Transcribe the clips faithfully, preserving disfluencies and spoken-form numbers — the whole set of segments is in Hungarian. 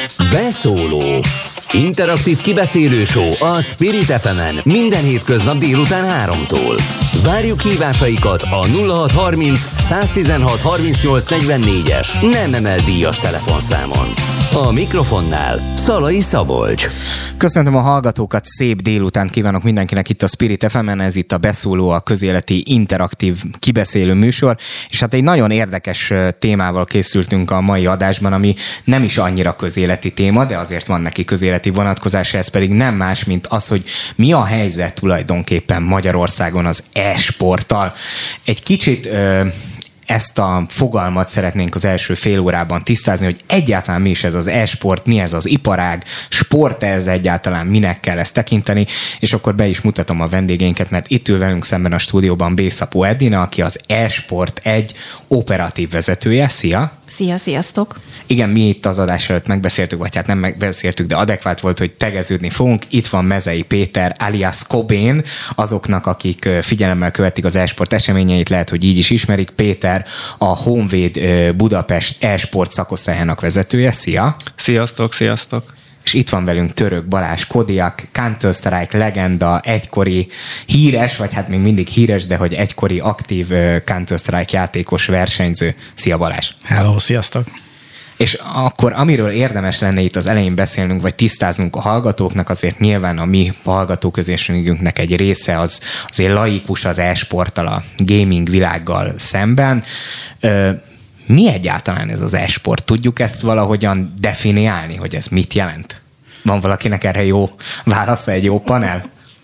Beszóló. Interaktív kibeszélő show a Spirit ef emen minden hétköznap délután háromtól. Várjuk hívásaikat a nulla hat harminc száztizenhat harmincnyolc negyvennégyes nem emel díjas telefonszámon. A mikrofonnál Szalai Szabolcs. Köszöntöm a hallgatókat, szép délután kívánok mindenkinek itt a Spirit ef emen, ez itt a Beszóló, a közéleti interaktív kibeszélő műsor, és hát egy nagyon érdekes témával készültünk a mai adásban, ami nem is annyira közéleti téma, de azért van neki közéleti vonatkozása, ez pedig nem más, mint az, hogy mi a helyzet tulajdonképpen Magyarországon az e-sporttal. Egy kicsit... Ö, Ezt a fogalmat szeretnénk az első fél órában tisztázni, hogy egyáltalán mi is ez az e-sport, mi ez az iparág, sport ez egyáltalán, minek kell ezt tekinteni, és akkor be is mutatom a vendégeinket, mert itt ül velünk szemben a stúdióban Bészapó Edina, aki az e-sport egy operatív vezetője. Szia! Szia, sziasztok! Igen, mi itt az adás előtt megbeszéltük, vagy hát nem megbeszéltük, de adekvát volt, hogy tegeződni fogunk. Itt van Mezei Péter, alias Kobén, azoknak, akik figyelemmel követik az e-sport eseményeit, lehet, hogy így is ismerik. Péter, a Honvéd Budapest e-sport szakosztályának vezetője. Szia! Sziasztok, sziasztok! És itt van velünk Török Balázs Kodiak, Counter-Strike legenda, egykori híres, vagy hát még mindig híres, de hogy egykori aktív Counter-Strike játékos, versenyző. Szia Balázs! Hello, sziasztok! És akkor amiről érdemes lenne itt az elején beszélnünk, vagy tisztáznunk a hallgatóknak, azért nyilván a mi hallgatóközönségünknek egy része az azért laikus az e-sporttal, a gaming világgal szemben. Mi egyáltalán ez az e-sport? Tudjuk ezt valahogyan definiálni, hogy ez mit jelent? Van valakinek erre jó válasza, egy jó panel?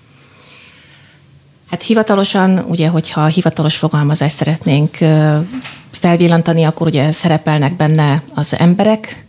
Hát hivatalosan, ugye, hogyha hivatalos fogalmazást szeretnénk felvillantani, akkor ugye szerepelnek benne az emberek,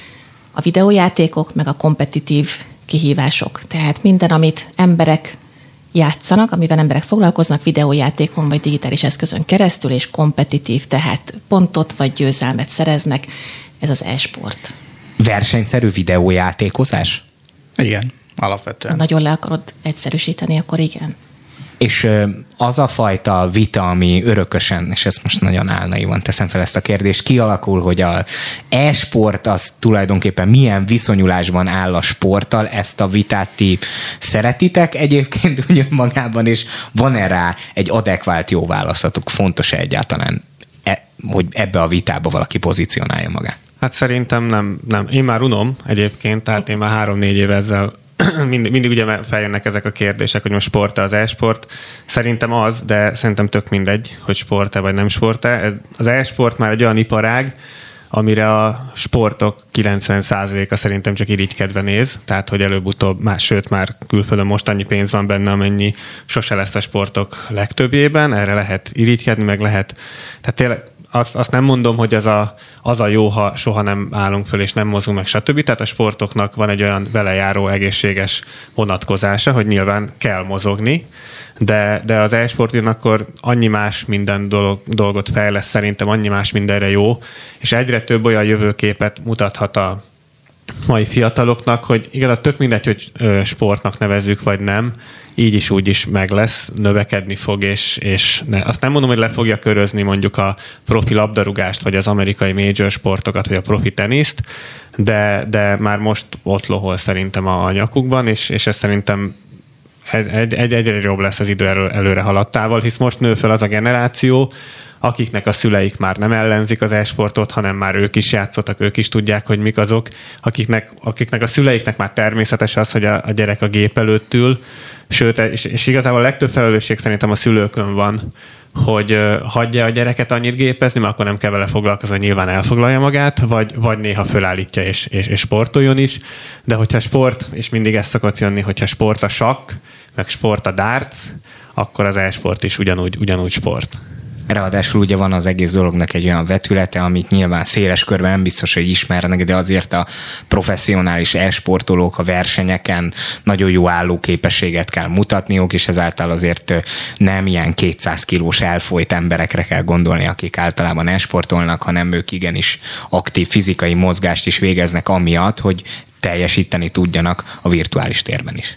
a videójátékok, meg a kompetitív kihívások. Tehát minden, amit emberek játszanak, amivel emberek foglalkoznak videójátékon vagy digitális eszközön keresztül, és kompetitív, tehát pontot vagy győzelmet szereznek, ez az e-sport. Versenyszerű videójátékozás? Igen, alapvetően. Ha nagyon le akarod egyszerűsíteni, akkor igen. És az a fajta vita, ami örökösen, és ezt most nagyon álnaivan teszem fel ezt a kérdést, kialakul, hogy az e-sport az tulajdonképpen milyen viszonyulásban áll a sporttal, ezt a vitát ti szeretitek egyébként úgy magában, és van-e rá egy adekvált jó válaszatok? Fontos-e egyáltalán, hogy ebbe a vitába valaki pozícionálja magát? Hát szerintem nem, nem. Én már unom egyébként, tehát én már három-négy éve ezzel Mind, mindig ugye feljönnek ezek a kérdések, hogy most sport-e az e-sport. Szerintem az, de szerintem tök mindegy, hogy sport-e vagy nem sport-e. Az e-sport már egy olyan iparág, amire a sportok kilencven százaléka szerintem csak irigykedve néz, tehát hogy előbb-utóbb, már, sőt már külföldön most annyi pénz van benne, amennyi sose lesz a sportok legtöbbjében, erre lehet irigykedni, meg lehet, tehát tényleg Azt, azt nem mondom, hogy az a, az a jó, ha soha nem állunk föl és nem mozgunk meg, stb. Tehát a sportoknak van egy olyan belejáró egészséges vonatkozása, hogy nyilván kell mozogni, de, de az e-sport akkor annyi más minden dolog, dolgot fejlesz, szerintem annyi más mindenre jó, és egyre több olyan jövőképet mutathat a mai fiataloknak, hogy igaz, tök mindegy, hogy sportnak nevezzük, vagy nem, így is úgy is meg lesz, növekedni fog, és, és ne, azt nem mondom, hogy le fogja körözni mondjuk a profi labdarúgást, vagy az amerikai major sportokat, vagy a profi teniszt, de, de már most ott lohol szerintem a, a nyakukban, és, és ez szerintem egy, egy, egy, egyre jobb lesz az idő elő, előre haladtával, hisz most nő fel az a generáció, akiknek a szüleik már nem ellenzik az e-sportot, hanem már ők is játszottak, ők is tudják, hogy mik azok, akiknek, akiknek a szüleiknek már természetes az, hogy a, a gyerek a gép előtt ül, sőt, és, és igazából a legtöbb felelősség szerintem a szülőkön van, hogy uh, hagyja a gyereket annyit gépezni, mert akkor nem kell vele foglalkozni, hogy nyilván elfoglalja magát, vagy, vagy néha fölállítja és, és, és sportoljon is, de hogyha sport, és mindig ez szokott jönni, hogyha sport a sakk, meg sport a darts, akkor az e-sport is ugyanúgy, ugyanúgy sport. Ráadásul ugye van az egész dolognak egy olyan vetülete, amit nyilván széles körben nem biztos, hogy ismernek, de azért a professzionális e-sportolók a versenyeken nagyon jó állóképességet kell mutatniuk, és ezáltal azért nem ilyen kétszáz kilós elfolyt emberekre kell gondolni, akik általában e-sportolnak, hanem ők igenis aktív fizikai mozgást is végeznek amiatt, hogy teljesíteni tudjanak a virtuális térben is.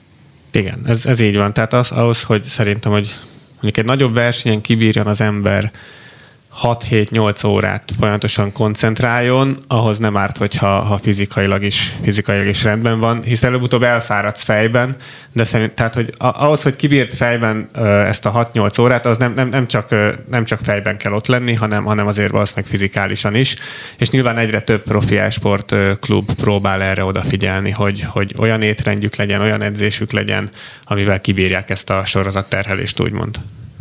Igen, ez, ez így van. Tehát az, ahhoz, hogy szerintem, hogy mondjuk egy nagyobb versenyen kibírjon az ember hat-hét-nyolc órát folyamatosan koncentráljon, ahhoz nem árt, hogyha ha fizikailag is, fizikailag is rendben van, hisz előbb-utóbb elfáradsz fejben, de szerint, tehát, hogy ahhoz, hogy kibírt fejben ezt a hat-nyolc órát, az nem, nem, nem, csak, nem csak fejben kell ott lenni, hanem, hanem azért valószínűleg fizikálisan is, és nyilván egyre több profi e-sport klub próbál erre odafigyelni, hogy, hogy olyan étrendjük legyen, olyan edzésük legyen, amivel kibírják ezt a sorozatterhelést, úgymond.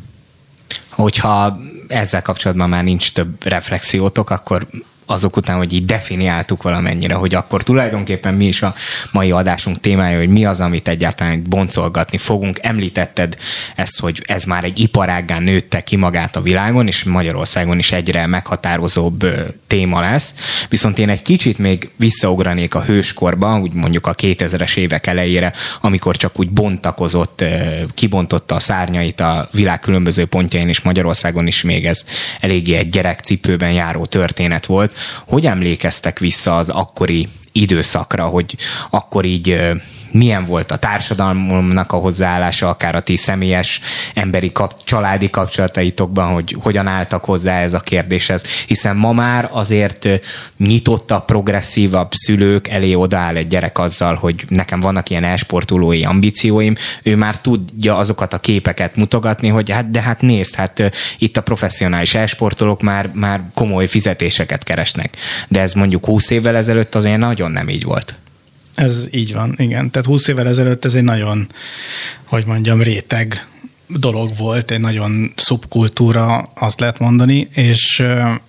Hogyha ezzel kapcsolatban már nincs több reflexiótok, akkor azok után, hogy így definiáltuk valamennyire, hogy akkor tulajdonképpen mi is a mai adásunk témája, hogy mi az, amit egyáltalán boncolgatni fogunk. Említetted ezt, hogy ez már egy iparággá nőtte ki magát a világon, és Magyarországon is egyre meghatározóbb téma lesz. Viszont én egy kicsit még visszaugranék a hőskorba, úgy mondjuk a kétezres évek elejére, amikor csak úgy bontakozott, kibontotta a szárnyait a világ különböző pontjain, és Magyarországon is még ez eléggé egy gyerekcipőben járó történet volt. Hogy emlékeztek vissza az akkori időszakra, hogy akkor így milyen volt a társadalomnak a hozzáállása, akár a ti személyes emberi kap, családi kapcsolataitokban, hogy hogyan álltak hozzá ez a kérdéshez, hiszen ma már azért nyitottabb, progresszívabb szülők elé odaáll egy gyerek azzal, hogy nekem vannak ilyen e-sportolói ambícióim, ő már tudja azokat a képeket mutogatni, hogy hát de hát nézd, hát itt a professzionális e-sportolók már, már komoly fizetéseket keresnek. De ez mondjuk húsz évvel ezelőtt azért nagyon nem így volt. Ez így van, igen. Tehát húsz évvel ezelőtt ez egy nagyon, hogy mondjam, réteg dolog volt, egy nagyon szubkultúra, azt lehet mondani, és,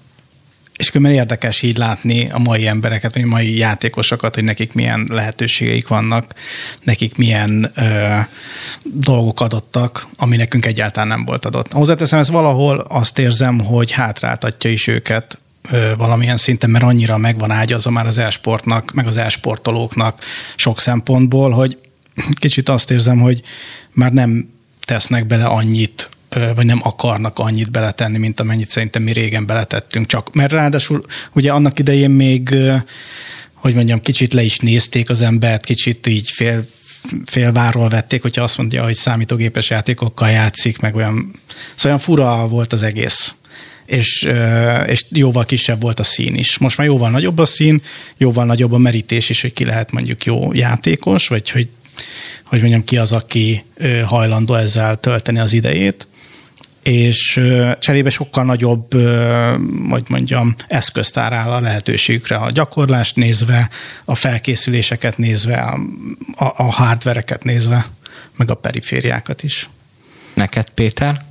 és különben érdekes így látni a mai embereket, vagy a mai játékosokat, hogy nekik milyen lehetőségeik vannak, nekik milyen ö, dolgok adottak, ami nekünk egyáltalán nem volt adott. Hozzáteszem, ez valahol azt érzem, hogy hátráltatja is őket valamilyen szinten, mert annyira megvan ágyazva már az e-sportnak, meg az e-sportolóknak sok szempontból, hogy kicsit azt érzem, hogy már nem tesznek bele annyit, vagy nem akarnak annyit beletenni, mint amennyit szerintem mi régen beletettünk. Csak, mert ráadásul ugye annak idején még, hogy mondjam, kicsit le is nézték az embert, kicsit így fél félvárról vették, hogyha azt mondja, hogy számítógépes játékokkal játszik, meg olyan, szóval olyan fura volt az egész. És, és jóval kisebb volt a szín is. Most már jóval nagyobb a szín, jóval nagyobb a merítés is, hogy ki lehet mondjuk jó játékos, vagy hogy, hogy mondjam, ki az, aki hajlandó ezzel tölteni az idejét. És cserébe sokkal nagyobb, hogy mondjam, eszköztár áll a lehetőségükre, a gyakorlást nézve, a felkészüléseket nézve, a, a, a hardvereket nézve, meg a perifériákat is. Neked, Péter?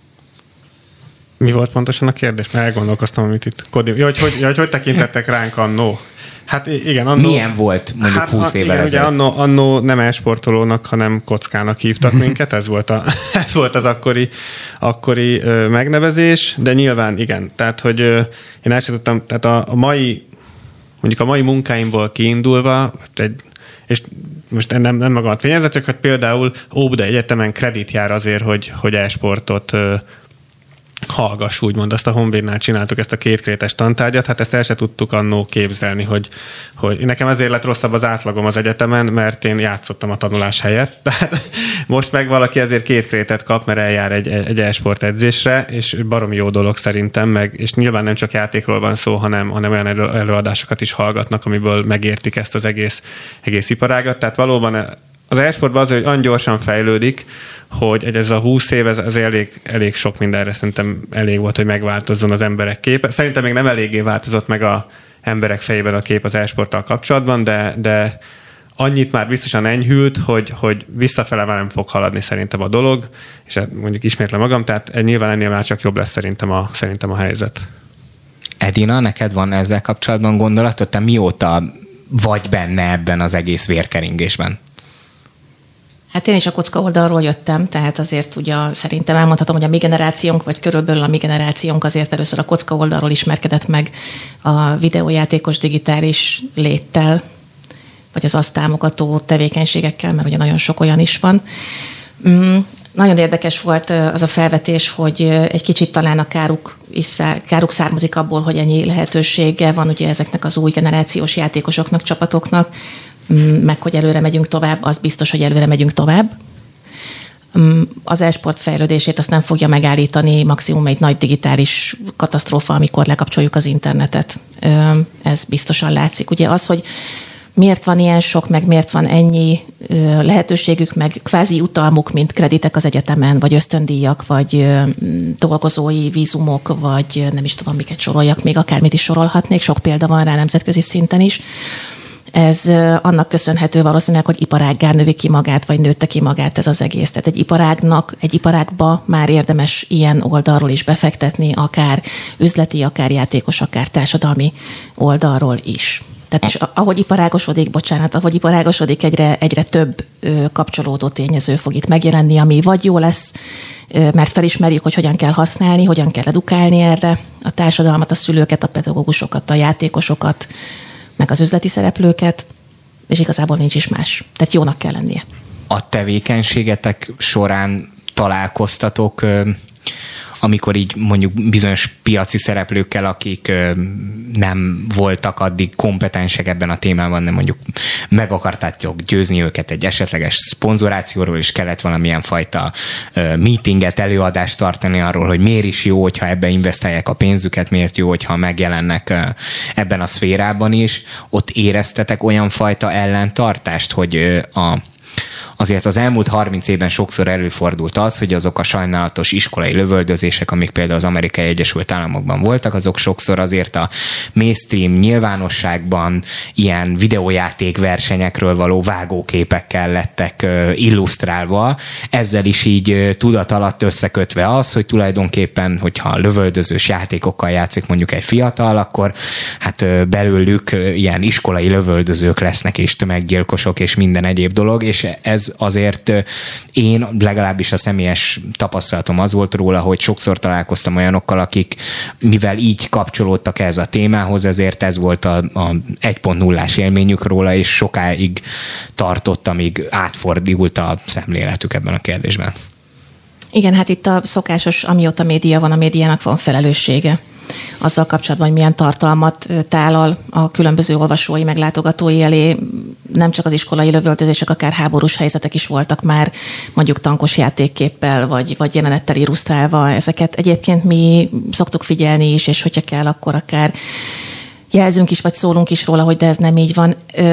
Mi volt pontosan a kérdés? Mert elgondolkoztam, amit itt Kodi... Ja, hogy, hogy, ja, hogy hogy tekintettek ránk annó? Hát igen, annó... Milyen volt mondjuk hát, húsz évvel ezelőtt? Ugye annó, annó nem e-sportolónak, hanem kockának hívtak minket, ez volt, a, ez volt az akkori, akkori ö, megnevezés, de nyilván igen, tehát hogy ö, én el sem tudtam, tehát a, a mai, mondjuk a mai munkáimból kiindulva, egy, és most nem, nem magamat fényezett, csak hogy például Óbuda Egyetemen kredit jár azért, hogy, hogy e-sportot ö, hallgass, úgymond, azt a Honvédnál csináltuk ezt a kétkrétes tantárgyat, hát ezt el se tudtuk annó képzelni, hogy, hogy nekem ezért lett rosszabb az átlagom az egyetemen, mert én játszottam a tanulás helyett. Tehát most meg valaki ezért két krétet kap, mert eljár egy, egy e-sport edzésre, és baromi jó dolog szerintem, meg, és nyilván nem csak játékról van szó, hanem, hanem olyan elő, előadásokat is hallgatnak, amiből megértik ezt az egész, egész iparágat. Tehát valóban az e-sportban az, hogy olyan gyorsan fejlődik, hogy ez a húsz év, ez, ez elég, elég sok mindenre szerintem elég volt, hogy megváltozzon az emberek képe. Szerintem még nem eléggé változott meg az emberek fejében a kép az e-sporttal kapcsolatban, de, de annyit már biztosan enyhült, hogy, hogy visszafele már nem fog haladni szerintem a dolog, és mondjuk ismétlem magam, tehát nyilván ennél már csak jobb lesz szerintem a, szerintem a helyzet. Edina, neked van ezzel kapcsolatban gondolatod? Te mióta vagy benne ebben az egész vérkeringésben? Hát én is a kocka oldalról jöttem, tehát azért ugye szerintem elmondhatom, hogy a mi generációnk, vagy körülbelül a mi generációnk azért először a kocka oldalról ismerkedett meg a videójátékos digitális léttel, vagy az azt támogató tevékenységekkel, mert ugye nagyon sok olyan is van. Mm, nagyon érdekes volt az a felvetés, hogy egy kicsit talán a káruk, is szár, káruk származik abból, hogy ennyi lehetősége van ugye ezeknek az új generációs játékosoknak, csapatoknak, meg hogy előre megyünk tovább, az biztos, hogy előre megyünk tovább. az e-sport fejlődését azt nem fogja megállítani, maximum egy nagy digitális katasztrófa, amikor lekapcsoljuk az internetet. Ez biztosan látszik. Ugye az, hogy miért van ilyen sok, meg miért van ennyi lehetőségük, meg kvázi utalmuk, mint kreditek az egyetemen, vagy ösztöndíjak, vagy dolgozói vízumok, vagy nem is tudom, miket soroljak, még akármit is sorolhatnék, sok példa van rá nemzetközi szinten is. Ez annak köszönhető valószínűleg, hogy iparággá növi ki magát, vagy nőtte ki magát ez az egész. Tehát egy iparágnak, egy iparágba már érdemes ilyen oldalról is befektetni, akár üzleti, akár játékos, akár társadalmi oldalról is. Tehát is, ahogy iparágosodik, bocsánat, ahogy iparágosodik, egyre, egyre több ö, kapcsolódó tényező fog itt megjelenni, ami vagy jó lesz, ö, mert felismerjük, hogy hogyan kell használni, hogyan kell edukálni erre a társadalmat, a szülőket, a pedagógusokat, a játékosokat, meg az üzleti szereplőket, és igazából nincs is más. Tehát jónak kell lennie. A tevékenységetek során találkoztatok, amikor így mondjuk bizonyos piaci szereplőkkel, akik nem voltak addig kompetensek ebben a témában, nem mondjuk meg akartátok győzni őket egy esetleges szponzorációról, és kellett valamilyen fajta meetinget, előadást tartani arról, hogy miért is jó, hogyha ebbe investálják a pénzüket, miért jó, hogyha megjelennek ebben a szférában is. Ott éreztetek olyan fajta ellentartást, hogy a azért az elmúlt harminc évben sokszor előfordult az, hogy azok a sajnálatos iskolai lövöldözések, amik például az Amerikai Egyesült Államokban voltak, azok sokszor azért a mainstream nyilvánosságban ilyen videójáték versenyekről való vágóképekkel lettek illusztrálva. Ezzel is így tudat alatt összekötve az, hogy tulajdonképpen, hogyha lövöldözős játékokkal játszik mondjuk egy fiatal, akkor hát belőlük ilyen iskolai lövöldözők lesznek, és tömeggyilkosok, és minden egyéb dolog, és ez azért én legalábbis a személyes tapasztalatom az volt róla, hogy sokszor találkoztam olyanokkal, akik mivel így kapcsolódtak ez a témához, ezért ez volt a, a egy pont nullás élményük róla, és sokáig tartott, amíg átfordult a szemléletük ebben a kérdésben. Igen, hát itt a szokásos, amióta média van, a médiának van felelőssége azzal kapcsolatban, hogy milyen tartalmat tálal a különböző olvasói, meg látogatói elé. Nem csak az iskolai lövöldözések, akár háborús helyzetek is voltak már, mondjuk tankos játékképpel, vagy, vagy jelenettel illusztrálva. Ezeket egyébként mi szoktuk figyelni is, és hogyha kell, akkor akár jelzünk is, vagy szólunk is róla, hogy de ez nem így van.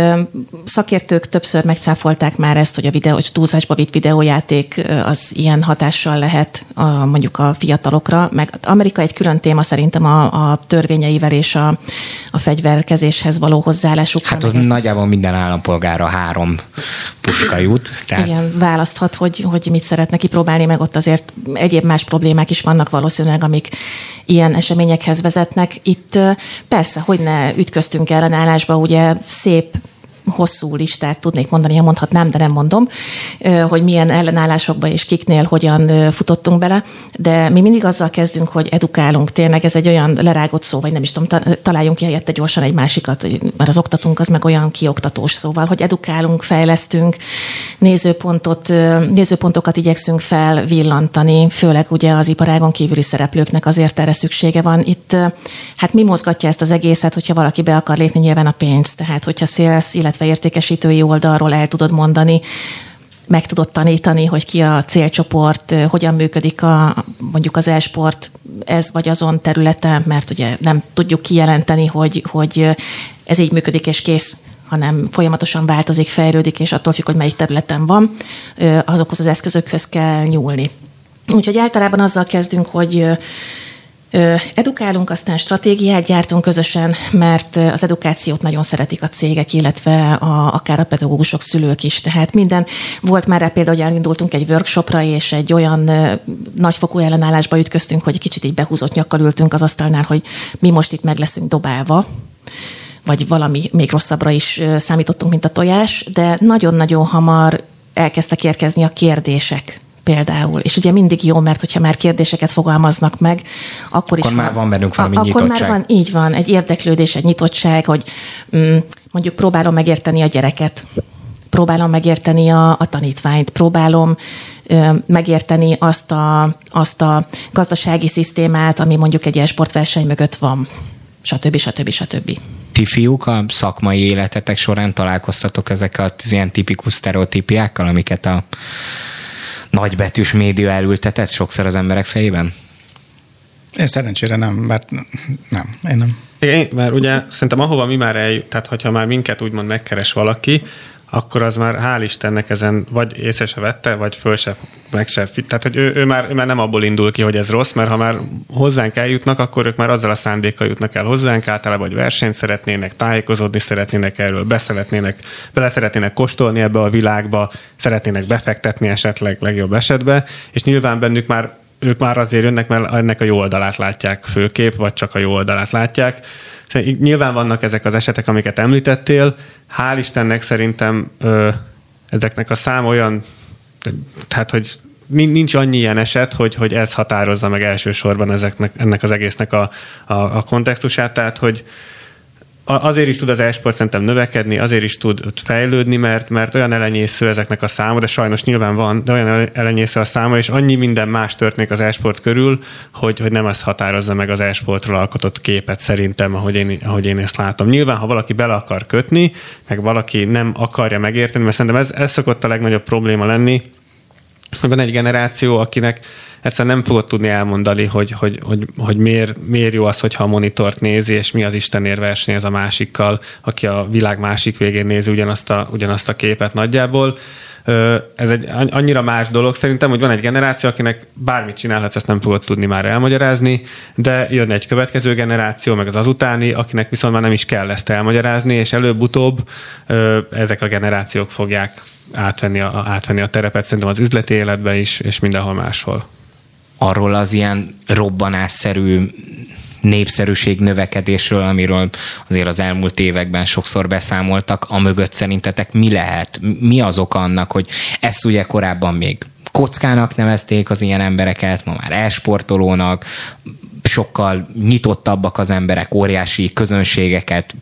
Szakértők többször megcáfolták már ezt, hogy a videó, hogy túlzásba vitt videójáték az ilyen hatással lehet a, mondjuk a fiatalokra, meg Amerika egy külön téma szerintem a, a törvényeivel és a, a fegyverkezéshez való hozzáállásuk. Hát ott ezt... nagyjából minden állampolgára három puska jut. Tehát... Igen, választhat, hogy, hogy mit szeretne kipróbálni, meg ott azért egyéb más problémák is vannak valószínűleg, amik ilyen eseményekhez vezetnek. Itt persze, hogy ne ütköztünk ellenállásba, ugye szép hosszú listát tudnék mondani, ha mondhatnám, de nem mondom, hogy milyen ellenállásokba és kiknél hogyan futottunk bele, de mi mindig azzal kezdünk, hogy edukálunk. Tényleg ez egy olyan lerágott szó, vagy nem is tudom, találjunk ki helyette gyorsan egy másikat, mert az oktatunk az meg olyan kioktatós szóval, hogy edukálunk, fejlesztünk, nézőpontot, nézőpontokat igyekszünk felvillantani, főleg ugye az iparágon kívüli szereplőknek azért erre szüksége van. Itt hát mi mozgatja ezt az egészet, hogyha valaki be akar lépni, nyilván a pénz, tehát hogyha sales, illetve értékesítői oldalról el tudod mondani, meg tudod tanítani, hogy ki a célcsoport, hogyan működik a, mondjuk az e-sport ez vagy azon területen, mert ugye nem tudjuk kijelenteni, hogy, hogy ez így működik és kész, hanem folyamatosan változik, fejlődik, és attól függ, hogy melyik területen van, azokhoz az eszközökhöz kell nyúlni. Úgyhogy általában azzal kezdünk, hogy edukálunk, aztán stratégiát gyártunk közösen, mert az edukációt nagyon szeretik a cégek, illetve a, akár a pedagógusok, szülők is. Tehát minden, volt már rá például, hogy elindultunk egy workshopra, és egy olyan nagyfokú ellenállásba ütköztünk, hogy kicsit így behúzott nyakkal ültünk az asztalnál, hogy mi most itt meg leszünk dobálva, vagy valami még rosszabbra is számítottunk, mint a tojás, de nagyon-nagyon hamar elkezdtek érkezni a kérdések. Például. És ugye mindig jó, mert hogyha már kérdéseket fogalmaznak meg, akkor, akkor is már van bennünk valami akkor nyitottság. Akkor már van, így van, egy érdeklődés, egy nyitottság, hogy mm, mondjuk próbálom megérteni a gyereket, próbálom megérteni a, a tanítványt, próbálom ö, megérteni azt a, azt a gazdasági szisztémát, ami mondjuk egy e-sportverseny mögött van, stb. stb. stb. Ti fiúk a szakmai életetek során találkoztatok ezek az ilyen tipikus sztereotípiákkal, amiket a nagybetűs média elültetett sokszor az emberek fejében? Én szerencsére nem, mert nem, én nem. Én, mert ugye szerintem ahova mi már eljut, tehát hogyha már minket úgymond megkeres valaki, akkor az már hál' Istennek ezen vagy észre se vette, vagy föl se, meg se. Tehát, hogy ő, ő, már, ő már nem abból indul ki, hogy ez rossz, mert ha már hozzánk eljutnak, akkor ők már azzal a szándékkal jutnak el hozzánk, általában, hogy versenyt szeretnének, tájékozódni szeretnének erről, beszeretnének, bele szeretnének kóstolni ebbe a világba, szeretnének befektetni esetleg legjobb esetben, és nyilván bennük már ők már azért jönnek, mert ennek a jó oldalát látják főkép, vagy csak a jó oldalát látják. Nyilván vannak ezek az esetek, amiket említettél. Hál' Istennek szerintem ö, ezeknek a szám olyan, tehát, hogy nincs annyi ilyen eset, hogy, hogy ez határozza meg elsősorban ezeknek, ennek az egésznek a, a, a kontextusát, tehát, hogy azért is tud az e-sport szerintem növekedni, azért is tud fejlődni, mert, mert olyan elenyésző ezeknek a száma, de sajnos nyilván van, de olyan elenyésző a száma, és annyi minden más történik az e-sport körül, hogy, hogy nem ez határozza meg az e-sportról alkotott képet szerintem, ahogy én, ahogy én ezt látom. Nyilván, ha valaki bele akar kötni, meg valaki nem akarja megérteni, mert szerintem ez, ez szokott a legnagyobb probléma lenni, hogy van egy generáció, akinek egyszerűen nem fogod tudni elmondani, hogy, hogy, hogy, hogy miért, miért jó az, hogyha a monitort nézi, és mi az Istenért versenyez a másikkal, aki a világ másik végén nézi ugyanazt a, ugyanazt a képet nagyjából. Ez egy annyira más dolog szerintem, hogy van egy generáció, akinek bármit csinálhatsz, ezt nem fogod tudni már elmagyarázni, de jön egy következő generáció, meg az azutáni, akinek viszont már nem is kell ezt elmagyarázni, és előbb-utóbb ezek a generációk fogják átvenni a, átvenni a terepet, szerintem az üzleti életben is, és mindenhol máshol. Arról az ilyen robbanásszerű népszerűség növekedésről, amiről azért az elmúlt években sokszor beszámoltak, amögött szerintetek mi lehet? Mi az oka annak, hogy ezt ugye korábban még kockának nevezték az ilyen embereket, ma már e-sportolónak, sokkal nyitottabbak az emberek, óriási közönségeket,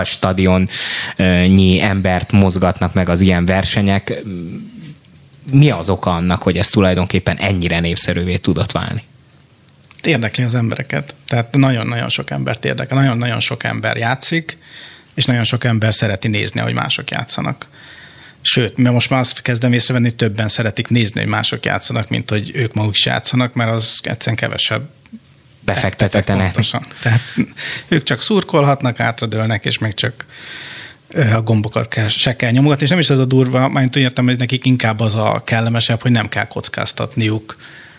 futballstadionnyi embert mozgatnak meg az ilyen versenyek. Mi az oka annak, hogy ez tulajdonképpen ennyire népszerűvé tudott válni? Érdekli az embereket. Tehát nagyon-nagyon sok embert érdekel. Nagyon-nagyon sok ember játszik, és nagyon sok ember szereti nézni, hogy mások játszanak. Sőt, mert most már azt kezdem észrevenni, hogy többen szeretik nézni, hogy mások játszanak, mint hogy ők maguk is játszanak, mert az egyszerűen kevesebb befektetetlenek. Tehát ők csak szurkolhatnak, átradőlnek, és még csak a gombokat kell, se kell nyomogatni, és nem is ez a durva, majd értem, hogy nekik inkább az a kellemesebb, hogy nem kell kockáztatniuk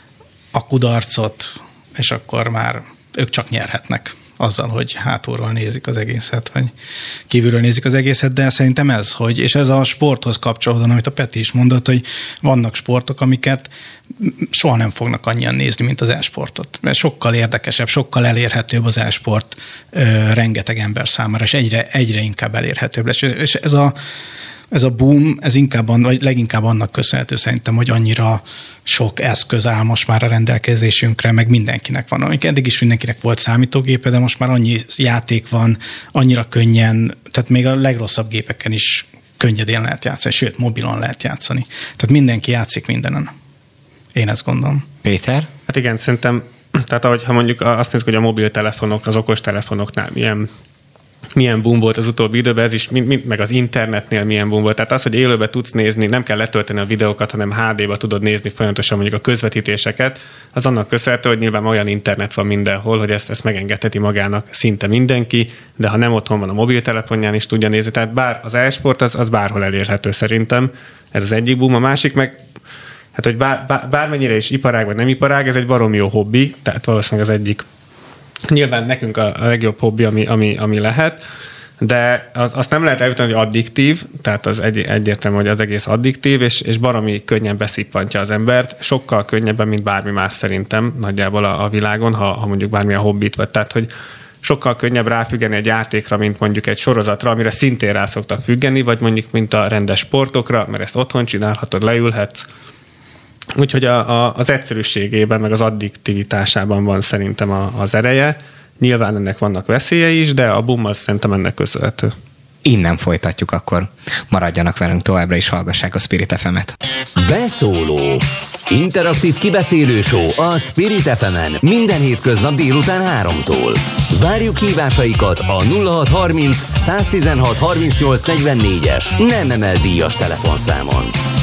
a kudarcot, és akkor már ők csak nyerhetnek azzal, hogy hátulról nézik az egészet, vagy kívülről nézik az egészet, de szerintem ez, hogy, és ez a sporthoz kapcsolódóan, amit a Peti is mondott, hogy vannak sportok, amiket soha nem fognak annyian nézni, mint az e-sportot. Mert sokkal érdekesebb, sokkal elérhetőbb az e-sport rengeteg ember számára, és egyre, egyre inkább elérhetőbb lesz. És ez a Ez a boom, ez inkább, vagy leginkább annak köszönhető szerintem, hogy annyira sok eszköz áll most már a rendelkezésünkre, meg mindenkinek van. Amik eddig is mindenkinek volt számítógépe, de most már annyi játék van, annyira könnyen, tehát még a legrosszabb gépeken is könnyedén lehet játszani, sőt, mobilon lehet játszani. Tehát mindenki játszik mindenen. Én ezt gondolom. Péter? Hát igen, szerintem, tehát ahogy ha mondjuk azt nézzük, hogy a mobiltelefonok, az okostelefonoknál milyen milyen boom volt az utóbbi időben, ez is, meg az internetnél milyen boom volt. Tehát az, hogy élőben tudsz nézni, nem kell letölteni a videókat, hanem há dé-ba tudod nézni folyamatosan mondjuk a közvetítéseket, az annak köszönhető, hogy nyilván olyan internet van mindenhol, hogy ezt, ezt megengedheti magának szinte mindenki, de ha nem otthon van a mobiltelefonján is tudja nézni. Tehát bár az e-sport, az, az bárhol elérhető szerintem. Ez az egyik boom. A másik meg, hát hogy bár, bár, bármennyire is iparág vagy nem iparág, ez egy baromi jó hobbi, tehát valószínűleg az egyik nyilván nekünk a legjobb hobbi, ami, ami, ami lehet, de az, azt nem lehet eljutatni, hogy addiktív, tehát az egy, egyértelmű, hogy az egész addiktív, és, és baromi könnyen beszippantja az embert, sokkal könnyebben, mint bármi más szerintem nagyjából a, a világon, ha, ha mondjuk bármilyen hobbit vagy. Tehát, hogy sokkal könnyebb ráfüggeni egy játékra, mint mondjuk egy sorozatra, amire szintén rá szoktak függeni, vagy mondjuk mint a rendes sportokra, mert ezt otthon csinálhatod, leülhetsz. Úgyhogy a, a, az egyszerűségében, meg az addiktivitásában van szerintem a, az ereje. Nyilván ennek vannak veszélyei is, de a boom az szerintem ennek köszönhető. Innen folytatjuk akkor. Maradjanak velünk továbbra is, hallgassák a Spirit ef em-et. Beszóló. Interaktív kibeszélő show a Spirit ef em-en minden hétköznap délután háromtól. Várjuk hívásaikat a nulla hat harminc, száztizenhat, harmincnyolc negyvennégyes nem emel díjas telefonszámon.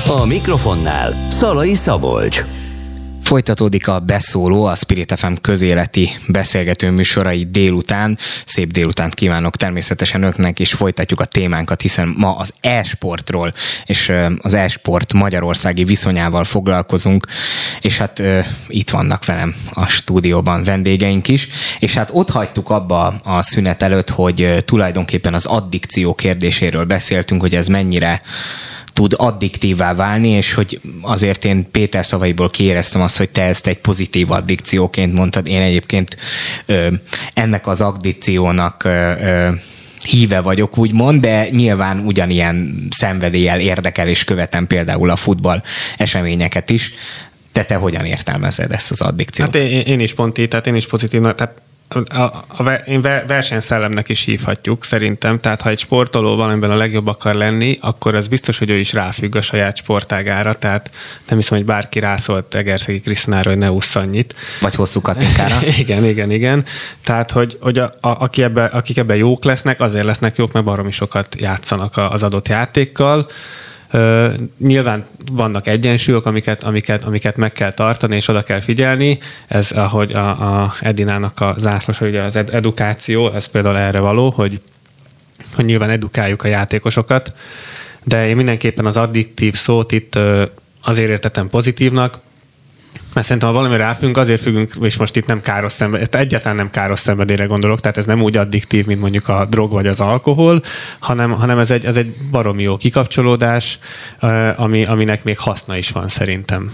A mikrofonnál Szalai Szabolcs. Folytatódik a Beszóló, a Spirit ef em közéleti beszélgető műsorai délután. Szép délutánt kívánok természetesen önöknek, és folytatjuk a témánkat, hiszen ma az e-sportról és az e-sport magyarországi viszonyával foglalkozunk, és hát itt vannak velem a stúdióban vendégeink is, és hát ott hagytuk abba a szünet előtt, hogy tulajdonképpen az addikció kérdéséről beszéltünk, hogy ez mennyire tud addiktívá válni, és hogy azért én Péter szavaiból kiéreztem azt, hogy te ezt egy pozitív addikcióként mondtad. Én egyébként ö, ennek az addikciónak ö, ö, híve vagyok, úgymond, de nyilván ugyanilyen szenvedéllyel érdekel és követem például a futball eseményeket is. Te, te hogyan értelmezed ezt az addikciót? Hát én, én is pont így, tehát én is pozitív, tehát A, a, a, én versenyszellemnek is hívhatjuk szerintem, tehát ha egy sportoló valamiben a legjobb akar lenni, akkor ez biztos, hogy ő is ráfügg a saját sportágára, tehát nem hiszem, hogy bárki rászólt Egerszegi Krisztinára, hogy ne ússz annyit. Vagy hosszú Katinkára. igen, igen, igen. Tehát, hogy, hogy a, a, aki ebbe, akik ebben jók lesznek, azért lesznek jók, mert baromi sokat játszanak az adott játékkal. Uh, nyilván vannak egyensúlyok, amiket, amiket, amiket meg kell tartani, és oda kell figyelni. Ez, ahogy a, a Edinának a zászlós, hogy az ed- edukáció, ez például erre való, hogy, hogy nyilván edukáljuk a játékosokat, de én mindenképpen az addiktív szót itt uh, azért értettem pozitívnak, mert szerintem, ha valami ráfüggünk, azért függünk, és most itt nem káros szenvedélyre, egyáltalán nem káros szenvedélyre gondolok, tehát ez nem úgy addiktív, mint mondjuk a drog vagy az alkohol, hanem, hanem ez, egy, ez egy baromi jó kikapcsolódás, ami, aminek még haszna is van szerintem.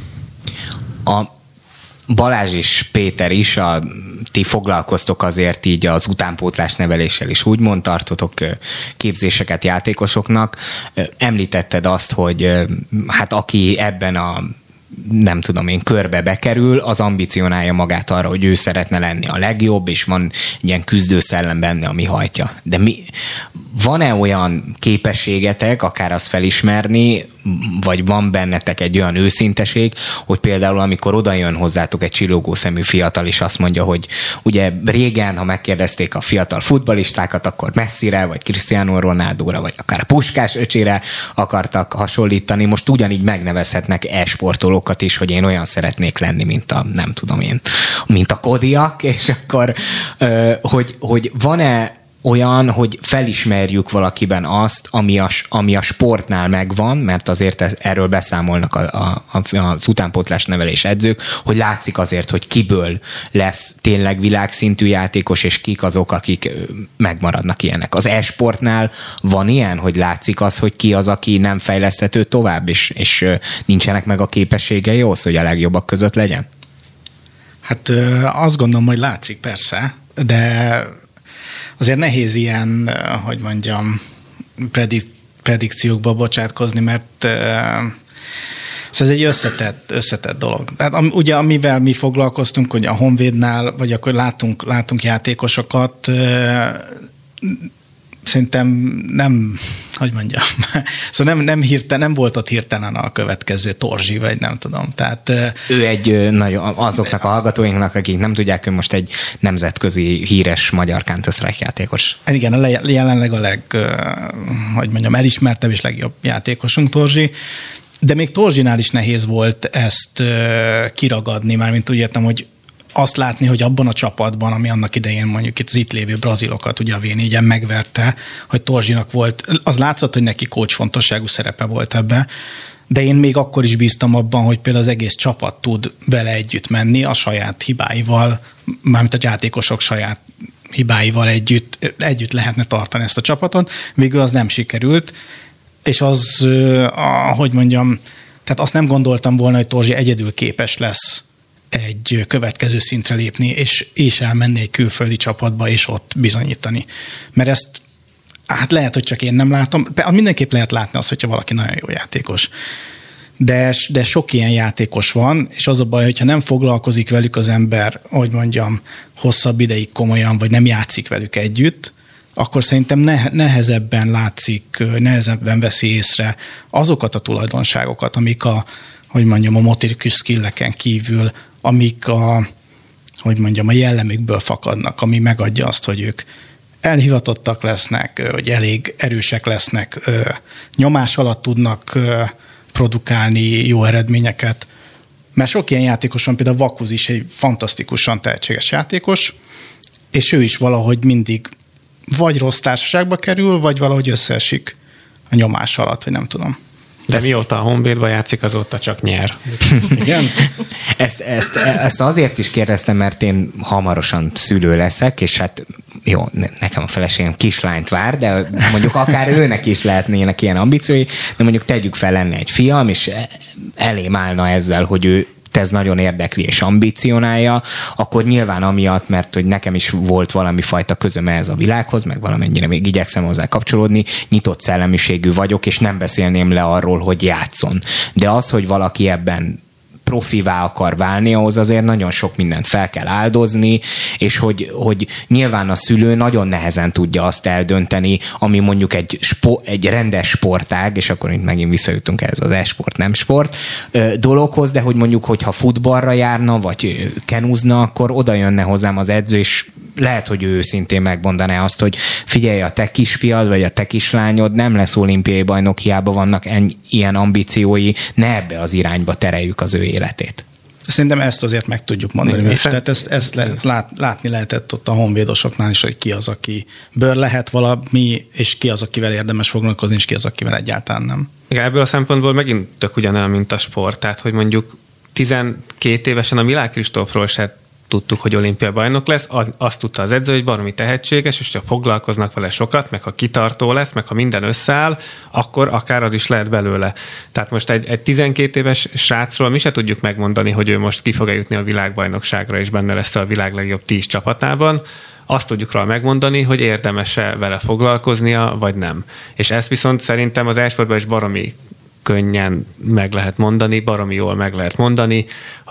A Balázs és Péter is, a, ti foglalkoztok azért így az utánpótlás neveléssel is, úgymond tartotok képzéseket játékosoknak. Említetted azt, hogy hát aki ebben a nem tudom én, körbe bekerül, az ambicionálja magát arra, hogy ő szeretne lenni a legjobb, és van ilyen küzdőszellem benne, ami hajtja. De mi, van-e olyan képességetek, akár azt felismerni, vagy van bennetek egy olyan őszinteség, hogy például amikor oda jön hozzátok egy csillogó szemű fiatal, és azt mondja, hogy ugye régen, ha megkérdezték a fiatal futballistákat, akkor Messire, vagy Cristiano Ronaldóra, vagy akár a Puskás öcsére akartak hasonlítani, most ugyanígy megnevezhetnek e-sportolókat is, hogy én olyan szeretnék lenni, mint a, nem tudom én, mint a Kodiak, és akkor, hogy, hogy van-e olyan, hogy felismerjük valakiben azt, ami a, ami a sportnál megvan, mert azért erről beszámolnak a, a, az utánpótlás nevelés edzők, hogy látszik azért, hogy kiből lesz tényleg világszintű játékos, és kik azok, akik megmaradnak ilyenek. Az e-sportnál van ilyen, hogy látszik az, hogy ki az, aki nem fejleszthető tovább, és, és nincsenek meg a képességei ahhoz, hogy a legjobbak között legyen? Hát azt gondolom, hogy látszik persze, de azért nehéz ilyen, hogy mondjam, predik- predikciókba bocsátkozni, mert ez egy összetett, összetett dolog. Tehát ugye amivel mi foglalkoztunk, hogy a Honvédnál, vagy akkor látunk, látunk játékosokat, szerintem nem, hogy mondjam, szóval nem, nem, hirtelen, nem volt ott hirtelen a következő Torzsi, vagy nem tudom. Tehát, ő egy nagyon, azoknak a hallgatóinknak, akik nem tudják, ő most egy nemzetközi híres magyar Counter-Strike játékos. Igen, a le, jelenleg a leg, hogy mondjam, elismertebb és legjobb játékosunk Torzsi, de még Torzsinál is nehéz volt ezt kiragadni, mármint úgy értem, hogy azt látni, hogy abban a csapatban, ami annak idején mondjuk itt az itt lévő brazilokat ugye a vé négyen megverte, hogy Torzsinak volt, az látszott, hogy neki kulcsfontosságú szerepe volt ebbe, de én még akkor is bíztam abban, hogy például az egész csapat tud vele együtt menni a saját hibáival, mármint a játékosok saját hibáival együtt, együtt lehetne tartani ezt a csapatot. Végül az nem sikerült, és az, hogy mondjam, tehát azt nem gondoltam volna, hogy Torzsi egyedül képes lesz egy következő szintre lépni, és, és elmenni egy külföldi csapatba, és ott bizonyítani. Mert ezt, hát lehet, hogy csak én nem látom, mindenképp lehet látni azt, hogyha valaki nagyon jó játékos. De, de sok ilyen játékos van, és az a baj, hogyha nem foglalkozik velük az ember, hogy mondjam, hosszabb ideig komolyan, vagy nem játszik velük együtt, akkor szerintem nehezebben látszik, nehezebben veszi észre azokat a tulajdonságokat, amik a, hogy mondjam, a motorikus skilleken kívül, amik a, hogy mondjam, a jellemükből fakadnak, ami megadja azt, hogy ők elhivatottak lesznek, hogy elég erősek lesznek, nyomás alatt tudnak produkálni jó eredményeket. Mert sok ilyen játékos van, például Vakuz is egy fantasztikusan tehetséges játékos, és ő is valahogy mindig vagy rossz társaságba kerül, vagy valahogy összeesik a nyomás alatt, vagy nem tudom. De mióta a Honvédban játszik, azóta csak nyer. Igen? Ezt, ezt, ezt azért is kérdeztem, mert én hamarosan szülő leszek, és hát jó, nekem a feleségem kislányt vár, de mondjuk akár őnek is lehetnének ilyen ambíciói, de mondjuk tegyük fel, lenne egy fiam, és elém állna ezzel, hogy ő ez nagyon érdekli és ambicionálja, akkor nyilván amiatt, mert hogy nekem is volt valami fajta közöm ehhez a világhoz, meg valamennyire még igyekszem hozzá kapcsolódni, nyitott szellemiségű vagyok, és nem beszélném le arról, hogy játszon. De az, hogy valaki ebben profivá akar válni, ahhoz azért nagyon sok mindent fel kell áldozni, és hogy, hogy nyilván a szülő nagyon nehezen tudja azt eldönteni, ami mondjuk egy, spo, egy rendes sportág, és akkor itt megint visszajutunk ehhez az e-sport, nem sport dologhoz, de hogy mondjuk, hogyha futballra járna, vagy kenúzna, akkor oda jönne hozzám az edző, és lehet, hogy ő őszintén megmondaná azt, hogy figyelj, a te kisfiad, vagy a te kislányod nem lesz olimpiai bajnok, hiába vannak en, ilyen ambíciói, ne ebbe az irányba tereljük az ő életét. Szerintem ezt azért meg tudjuk mondani mi is. Tehát ezt, ezt, le, ezt lát, látni lehetett ott a honvédosoknál is, hogy ki az, akiből lehet valami, és ki az, akivel érdemes foglalkozni, és ki az, akivel egyáltalán nem. Igen, ebből a szempontból megint tök ugyanolyan, mint a sport. Tehát, hogy mondjuk tizenkét évesen a Milák Kristófról se tudtuk, hogy olimpiai bajnok lesz, azt tudta az edző, hogy baromi tehetséges, és ha foglalkoznak vele sokat, meg ha kitartó lesz, meg ha minden összeáll, akkor akár az is lehet belőle. Tehát most egy, egy tizenkét éves srácról mi se tudjuk megmondani, hogy ő most ki fog jutni a világbajnokságra, és benne lesz a világ legjobb tíz csapatában. Azt tudjuk róla megmondani, hogy érdemes-e vele foglalkoznia, vagy nem. És ezt viszont szerintem az e-sportban is baromi könnyen meg lehet mondani, baromi jól meg lehet mondani.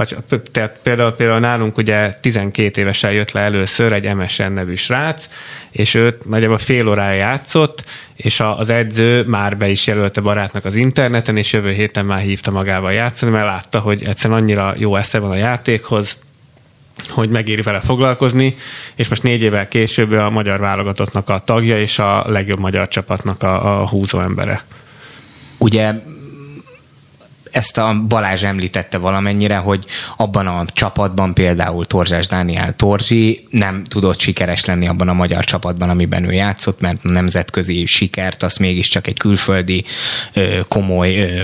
Tehát például, például nálunk ugye tizenkét évesen jött le először egy em es en nevű srác, és őt nagyjából fél órája játszott, és az edző már be is jelölte barátnak az interneten, és jövő héten már hívta magával játszani, mert látta, hogy egyszerűen annyira jó esze van a játékhoz, hogy megéri vele foglalkozni, és most négy évvel később a magyar válogatottnak a tagja, és a legjobb magyar csapatnak a, a húzó embere. Ugye ezt a Balázs említette valamennyire, hogy abban a csapatban például Torzsás Dániel Torzsi nem tudott sikeres lenni abban a magyar csapatban, amiben ő játszott, mert a nemzetközi sikert az mégiscsak egy külföldi komoly